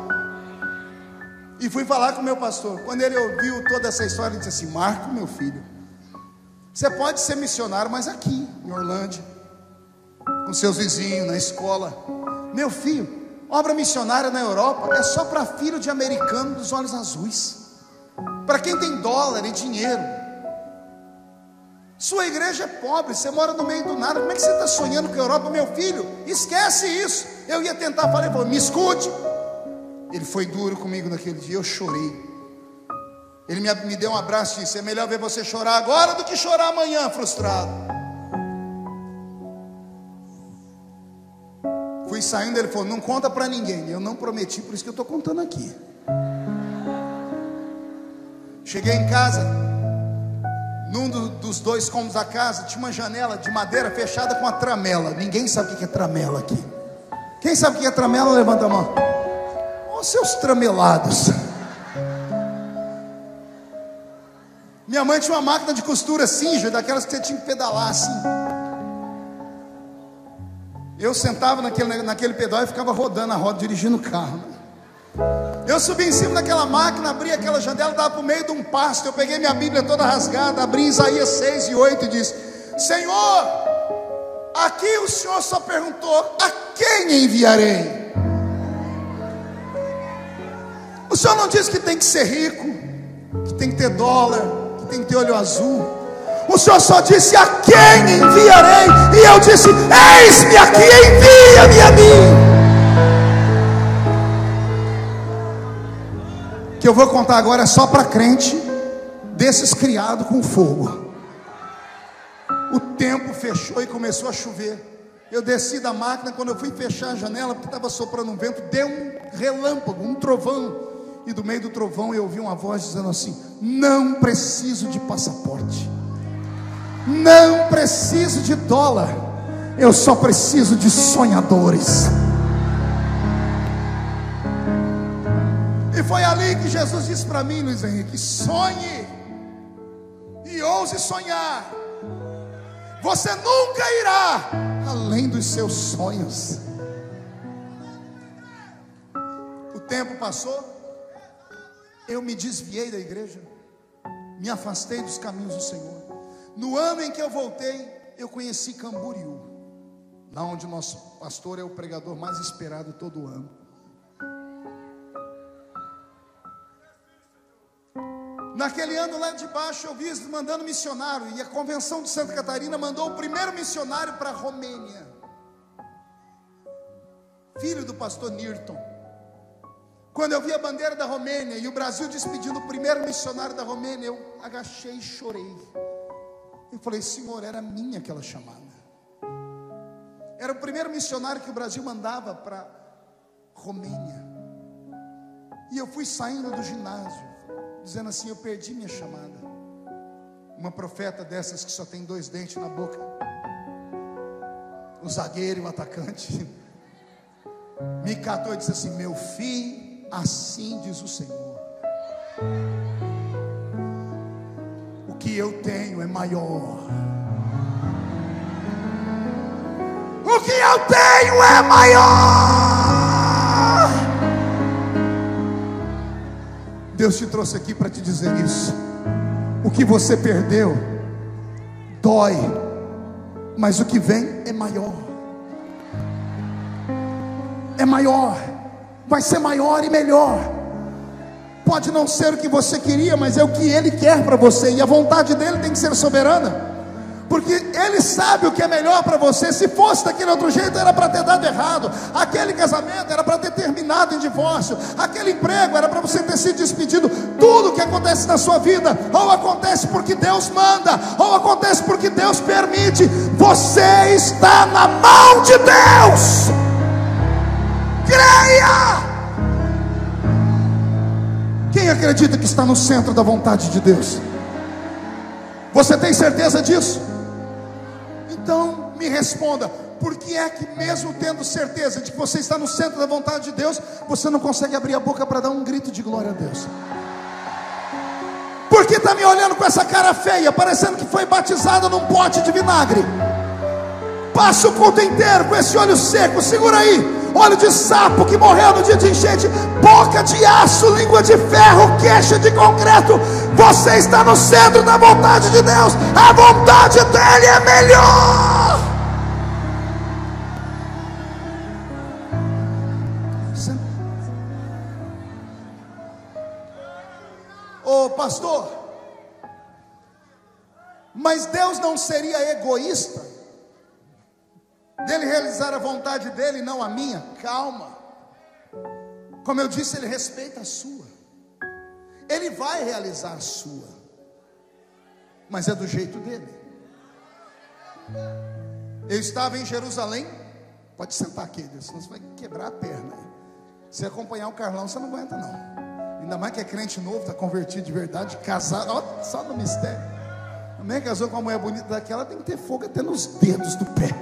Speaker 1: E fui falar com o meu pastor. Quando ele ouviu toda essa história, ele disse assim: Marco, meu filho, você pode ser missionário, mas aqui em Orlândia, com seus vizinhos, na escola. Meu filho, obra missionária na Europa é só para filho de americano dos olhos azuis, para quem tem dólar e dinheiro. Sua igreja é pobre, você mora no meio do nada. Como é que você está sonhando com a Europa? Meu filho, esquece isso. Eu ia tentar falar, ele falou: me escute. Ele foi duro comigo naquele dia, eu chorei. Ele me deu um abraço e disse: é melhor ver você chorar agora do que chorar amanhã frustrado. Fui saindo, ele falou: não conta para ninguém. Eu não prometi, por isso que eu estou contando aqui. Cheguei em casa, num dos 2 cômodos da casa tinha uma janela de madeira fechada com a tramela. Ninguém sabe o que é tramela aqui. Quem sabe o que é tramela? Levanta a mão. Ô, seus tramelados. Minha mãe tinha uma máquina de costura Singer, daquelas que você tinha que pedalar assim. Eu sentava naquele pedal e ficava rodando a roda, dirigindo o carro. Eu subi em cima daquela máquina, abri aquela janela, dava para o meio de um pasto. Eu peguei minha Bíblia toda rasgada, abri Isaías 6 e 8 e disse: Senhor, aqui o Senhor só perguntou: a quem enviarei? O Senhor não disse que tem que ser rico, que tem que ter dólar, que tem que ter olho azul. O Senhor só disse: a quem enviarei? E eu disse: eis-me aqui, envia-me a mim. Que eu vou contar agora é só para crente desses criados com fogo. O tempo fechou e começou a chover. Eu desci da máquina, quando eu fui fechar a janela, porque estava soprando um vento, deu um relâmpago, um trovão. E do meio do trovão eu ouvi uma voz dizendo assim: não preciso de passaporte, não preciso de dólar, Eu só preciso de sonhadores. E foi ali que Jesus disse para mim, Luiz Henrique: sonhe e ouse sonhar. Você nunca irá além dos seus sonhos. O tempo passou, eu me desviei da igreja, me afastei dos caminhos do Senhor. No ano em que eu voltei, eu conheci Camboriú, lá onde o nosso pastor é o pregador mais esperado todo ano. Naquele ano lá de baixo eu vi eles mandando missionário, e a convenção de Santa Catarina mandou o primeiro missionário para a Romênia, filho do pastor Nirton. Quando eu vi a bandeira da Romênia e o Brasil despedindo o primeiro missionário da Romênia, eu agachei e chorei. Eu falei: Senhor, era minha aquela chamada. Era o primeiro missionário que o Brasil mandava para Romênia. E eu fui saindo do ginásio, dizendo assim: eu perdi minha chamada. Uma profeta dessas que só tem 2 dentes na boca, o zagueiro e o atacante, me catou e disse assim: meu filho, assim diz o Senhor, o que eu tenho é maior. O que eu tenho é maior. Deus te trouxe aqui para te dizer isso. O que você perdeu dói, mas o que vem é maior. É maior, vai ser maior e melhor. Pode não ser o que você queria, mas é o que Ele quer para você. E a vontade dEle tem que ser soberana, porque Ele sabe o que é melhor para você. Se fosse daquele outro jeito, era para ter dado errado. Aquele casamento era para ter terminado em divórcio. Aquele emprego era para você ter sido despedido. Tudo que acontece na sua vida, ou acontece porque Deus manda, ou acontece porque Deus permite. Você está na mão de Deus. Creia! Quem acredita que está no centro da vontade de Deus? Você tem certeza disso? Então me responda: por que é que, mesmo tendo certeza de que você está no centro da vontade de Deus, você não consegue abrir a boca para dar um grito de glória a Deus? Por que está me olhando com essa cara feia, parecendo que foi batizada num pote de vinagre? Passa o culto inteiro com esse olho seco. Segura aí, olho de sapo que morreu no dia de enchente, boca de aço, língua de ferro, queixa de concreto. Você está no centro da vontade de Deus. A vontade dEle é melhor. Ô pastor, mas Deus não seria egoísta dele realizar a vontade dele e não a minha? Calma. Como eu disse, Ele respeita a sua. Ele vai realizar a sua, mas é do jeito dele. Eu estava em Jerusalém. Pode sentar aqui, senão você vai quebrar a perna. Se acompanhar o Carlão, você não aguenta não. Ainda mais que é crente novo, está convertido de verdade, casado, ó, só no mistério. Também casou com uma mulher bonita daquela, tem que ter fogo até nos dedos do pé.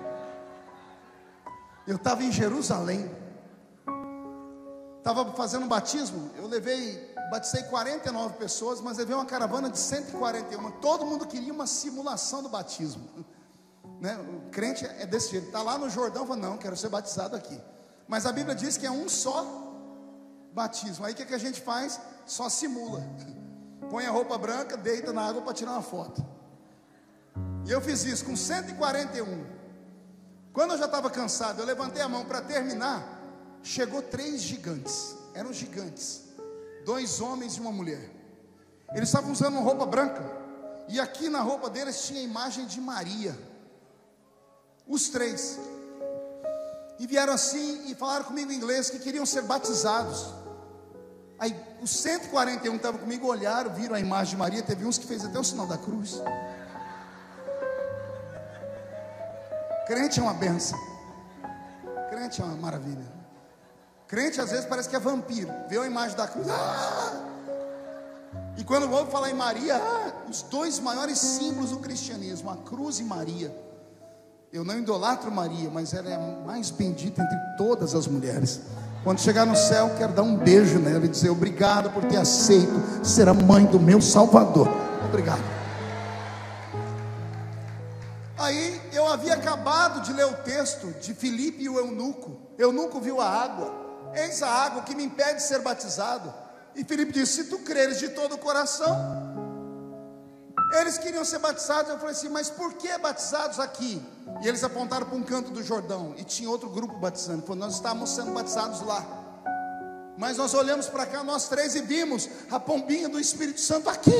Speaker 1: Eu estava em Jerusalém, estava fazendo um batismo. Eu batizei 49 pessoas, mas levei uma caravana de 141. Todo mundo queria uma simulação do batismo, né? O crente é desse jeito, está lá no Jordão, fala: não, quero ser batizado aqui. Mas a Bíblia diz que é um só batismo. Aí o que a gente faz? Só simula. Põe a roupa branca, deita na água para tirar uma foto. E eu fiz isso com 141. Quando eu já estava cansado, eu levantei a mão para terminar. Chegou 3 gigantes. Eram gigantes, 2 homens e uma mulher. Eles estavam usando uma roupa branca, e aqui na roupa deles tinha a imagem de Maria. Os 3. E vieram assim e falaram comigo em inglês que queriam ser batizados. Aí os 141 que estavam comigo olharam, viram a imagem de Maria. Teve uns que fez até o sinal da cruz. Crente é uma benção. Crente é uma maravilha. Crente às vezes parece que é vampiro. Vê a imagem da cruz. E quando ouve falar em Maria, os 2 maiores símbolos do cristianismo, a cruz e Maria. Eu não idolatro Maria, mas ela é a mais bendita entre todas as mulheres. Quando chegar no céu, quero dar um beijo nela e dizer obrigado por ter aceito ser a mãe do meu Salvador. Obrigado. Aí eu havia acabado de ler o texto de Filipe e o eunuco. Eunuco viu a água. Eis a água que me impede de ser batizado. E Filipe disse: se tu creres de todo o coração. Eles queriam ser batizados. Eu falei assim: mas por que batizados aqui? E eles apontaram para um canto do Jordão, e tinha outro grupo batizando. Ele falou: nós estávamos sendo batizados lá, mas nós olhamos para cá, nós três, e vimos a pombinha do Espírito Santo aqui.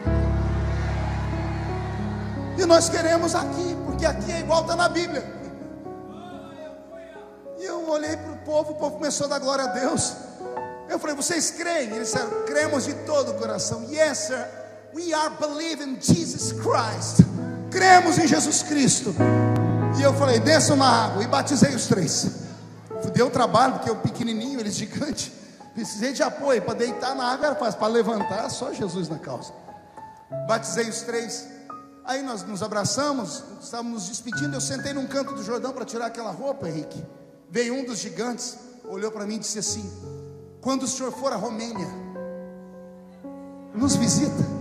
Speaker 1: E nós queremos aqui, porque aqui é igual está na Bíblia. E eu olhei para o povo começou a dar glória a Deus. Eu falei: vocês creem? Eles disseram: cremos de todo o coração. Yes, sir, we are believing in Jesus Christ. Cremos em Jesus Cristo. E eu falei: desçam na água, e batizei os três. Deu trabalho, porque eu pequenininho, eles gigantes. Precisei de apoio, para deitar na água era fácil, para levantar, só Jesus na causa. Batizei os três. Aí nós nos abraçamos, estávamos nos despedindo. Eu sentei num canto do Jordão para tirar aquela roupa, Henrique. Veio um dos gigantes, olhou para mim e disse assim: quando o senhor for à Romênia, nos visita.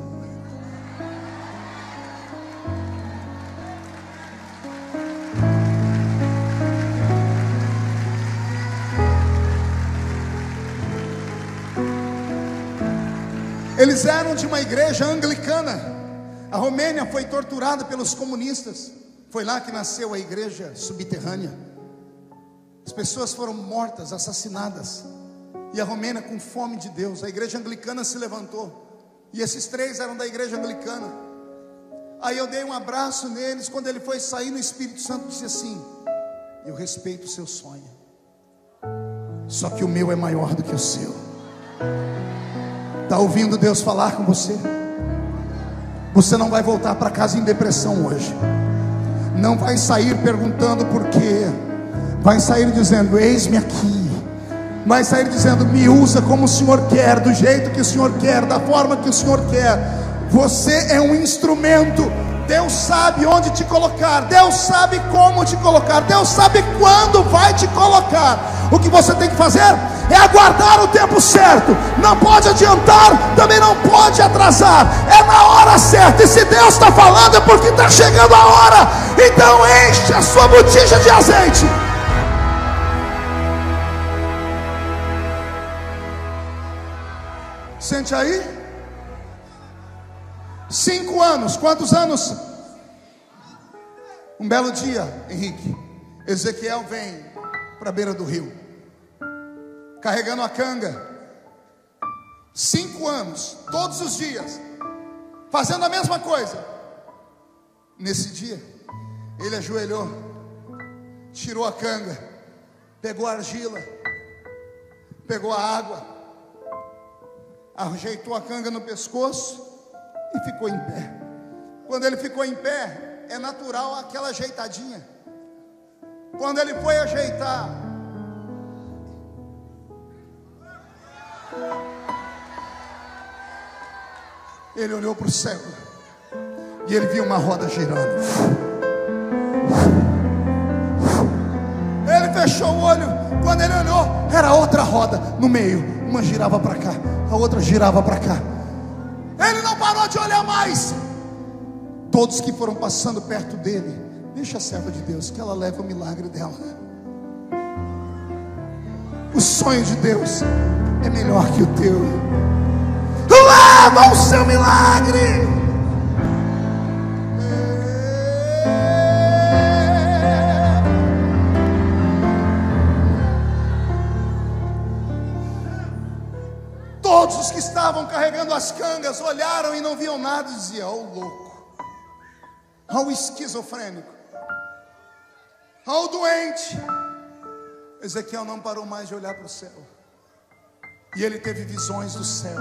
Speaker 1: Eles eram de uma igreja anglicana. A Romênia foi torturada pelos comunistas. Foi lá que nasceu a igreja subterrânea. As pessoas foram mortas, assassinadas. E a Romênia, com fome de Deus, a igreja anglicana se levantou. E esses três eram da igreja anglicana. Aí eu dei um abraço neles. Quando ele foi sair, no Espírito Santo disse assim: eu respeito o seu sonho, só que o meu é maior do que o seu. Está ouvindo Deus falar com você? Você não vai voltar para casa em depressão hoje. Não vai sair perguntando por quê. Vai sair dizendo: eis-me aqui. Vai sair dizendo: me usa como o Senhor quer, do jeito que o Senhor quer, da forma que o Senhor quer. Você é um instrumento. Deus sabe onde te colocar, Deus sabe como te colocar, Deus sabe quando vai te colocar. O que você tem que fazer é aguardar o tempo certo. Não pode adiantar, também não pode atrasar. É na hora certa. E se Deus está falando, é porque está chegando a hora. Então enche a sua botija de azeite. Sente aí. 5 anos, quantos anos? Um belo dia, Henrique, Ezequiel vem para a beira do rio, carregando a canga. 5 anos, todos os dias, fazendo a mesma coisa. Nesse dia, ele ajoelhou, tirou a canga, pegou a argila, pegou a água, ajeitou a canga no pescoço e ficou em pé. Quando ele ficou em pé, é natural aquela ajeitadinha. Quando ele foi ajeitar, ele olhou para o céu e ele viu uma roda girando. Ele fechou o olho. Quando ele olhou, era outra roda no meio. Uma girava para cá, a outra girava para cá. Ele não parou de olhar mais. Todos que foram passando perto dele: deixa a serva de Deus, que ela leva o milagre dela. O sonho de Deus é melhor que o teu. Leva o seu milagre. Todos os que estavam carregando as cangas olharam e não viam nada e diziam: ó louco, ó o esquizofrênico, ó o doente. Ezequiel não parou mais de olhar para o céu. E ele teve visões do céu.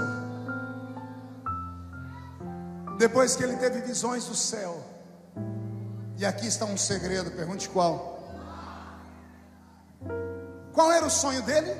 Speaker 1: Depois que ele teve visões do céu, e aqui está um segredo, pergunte qual. Qual era o sonho dele?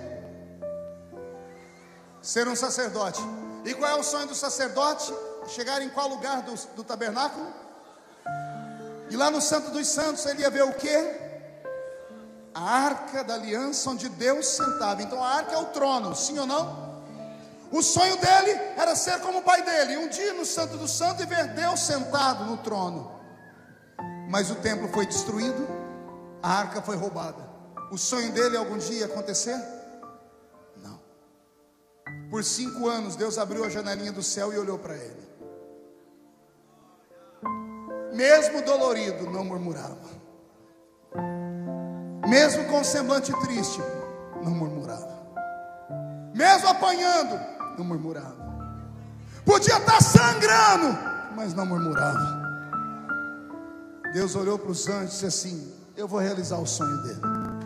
Speaker 1: Ser um sacerdote. E qual é o sonho do sacerdote? Chegar em qual lugar do tabernáculo? E lá no Santo dos Santos ele ia ver o quê? A arca da aliança, onde Deus sentava. Então a arca é o trono, sim ou não? O sonho dele era ser como o pai dele, um dia no Santo dos Santos e ver Deus sentado no trono. Mas o templo foi destruído, a arca foi roubada. O sonho dele algum dia ia acontecer? Não. Por 5 anos Deus abriu a janelinha do céu e olhou para ele. Mesmo dolorido, não murmurava. Mesmo com semblante triste, não murmurava. Mesmo apanhando, não murmurava. Podia estar sangrando, mas não murmurava. Deus olhou para os anjos e disse assim: eu vou realizar o sonho dele.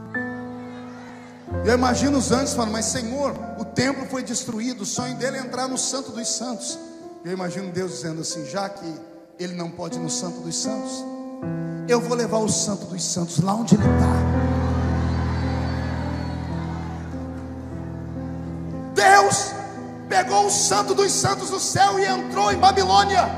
Speaker 1: Eu imagino os anjos falando: mas Senhor, o templo foi destruído, o sonho dele é entrar no Santo dos Santos. Eu imagino Deus dizendo assim: já que ele não pode ir no Santo dos Santos, eu vou levar o Santo dos Santos lá onde ele está. Deus pegou o Santo dos Santos do céu e entrou em Babilônia.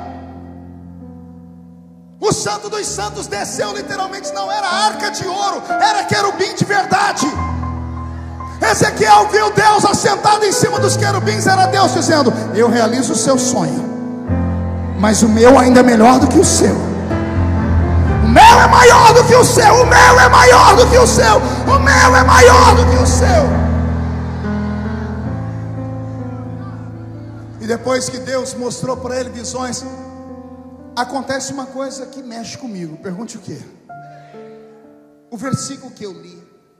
Speaker 1: O Santo dos Santos desceu literalmente, não era arca de ouro, era querubim de verdade. Ezequiel viu Deus assentado em cima dos querubins. Era Deus dizendo: eu realizo o seu sonho, mas o meu ainda é melhor do que o seu. O meu é maior do que o seu. O meu é maior do que o seu. O meu é maior do que o seu. E depois que Deus mostrou para ele visões, acontece uma coisa que mexe comigo. Pergunte o quê? O versículo que eu li,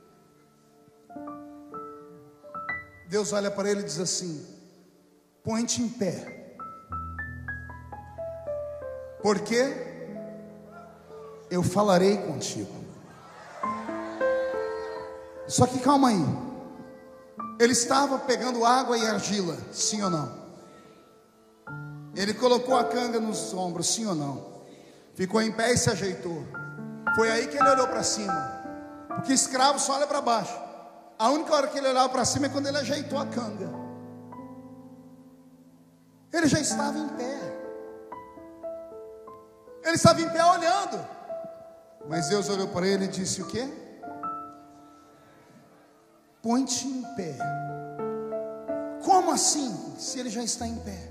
Speaker 1: Deus olha para ele e diz assim: põe-te em pé, porque eu falarei contigo. Só que calma aí, ele estava pegando água e argila, sim ou não? Ele colocou a canga nos ombros, sim ou não? Ficou em pé e se ajeitou. Foi aí que ele olhou para cima, porque escravo só olha para baixo. A única hora que ele olhava para cima é quando ele ajeitou a canga. Ele já estava em pé. Ele estava em pé olhando. Mas Deus olhou para ele e disse o quê? Põe-te em pé. Como assim, se ele já está em pé?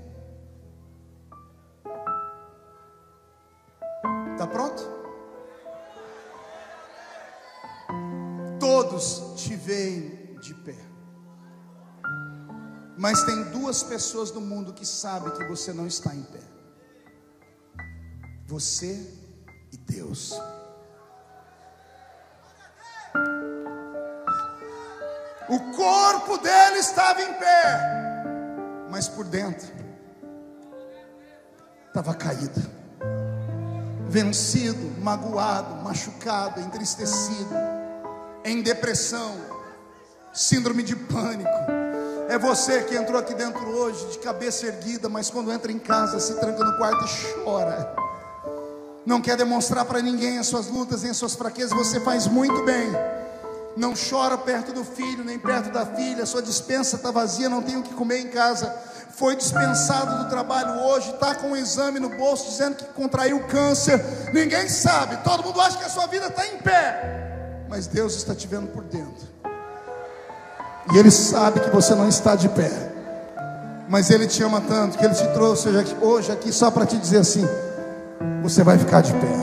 Speaker 1: Está pronto? Todos te veem de pé, mas tem 2 pessoas no mundo que sabem que você não está em pé: você e Deus. O corpo dele estava em pé, mas por dentro estava caído, vencido, magoado, machucado, entristecido, em depressão, síndrome de pânico. É você que entrou aqui dentro hoje de cabeça erguida, mas quando entra em casa se tranca no quarto e chora. Não quer demonstrar para ninguém as suas lutas nem as suas fraquezas. Você faz muito bem. Não chora perto do filho nem perto da filha. Sua despensa está vazia, não tem o que comer em casa. Foi dispensado do trabalho hoje, está com um exame no bolso dizendo que contraiu câncer. Ninguém sabe, todo mundo acha que a sua vida está em pé, mas Deus está te vendo por dentro, e Ele sabe que você não está de pé, mas Ele te ama tanto que Ele te trouxe hoje aqui só para te dizer assim: você vai ficar de pé.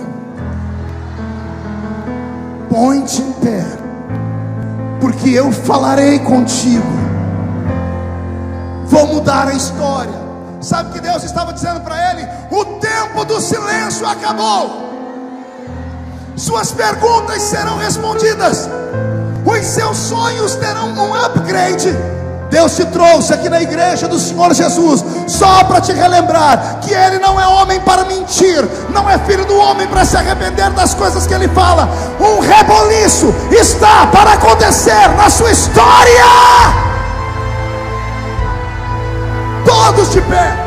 Speaker 1: Põe-te em pé, porque eu falarei contigo. Vou mudar a história. Sabe o que Deus estava dizendo para ele? O tempo do silêncio acabou. Suas perguntas serão respondidas. Os seus sonhos terão um upgrade. Deus te trouxe aqui na igreja do Senhor Jesus só para te relembrar que Ele não é homem para mentir, não é filho do homem para se arrepender das coisas que Ele fala. Um reboliço está para acontecer na sua história. Todos de pé.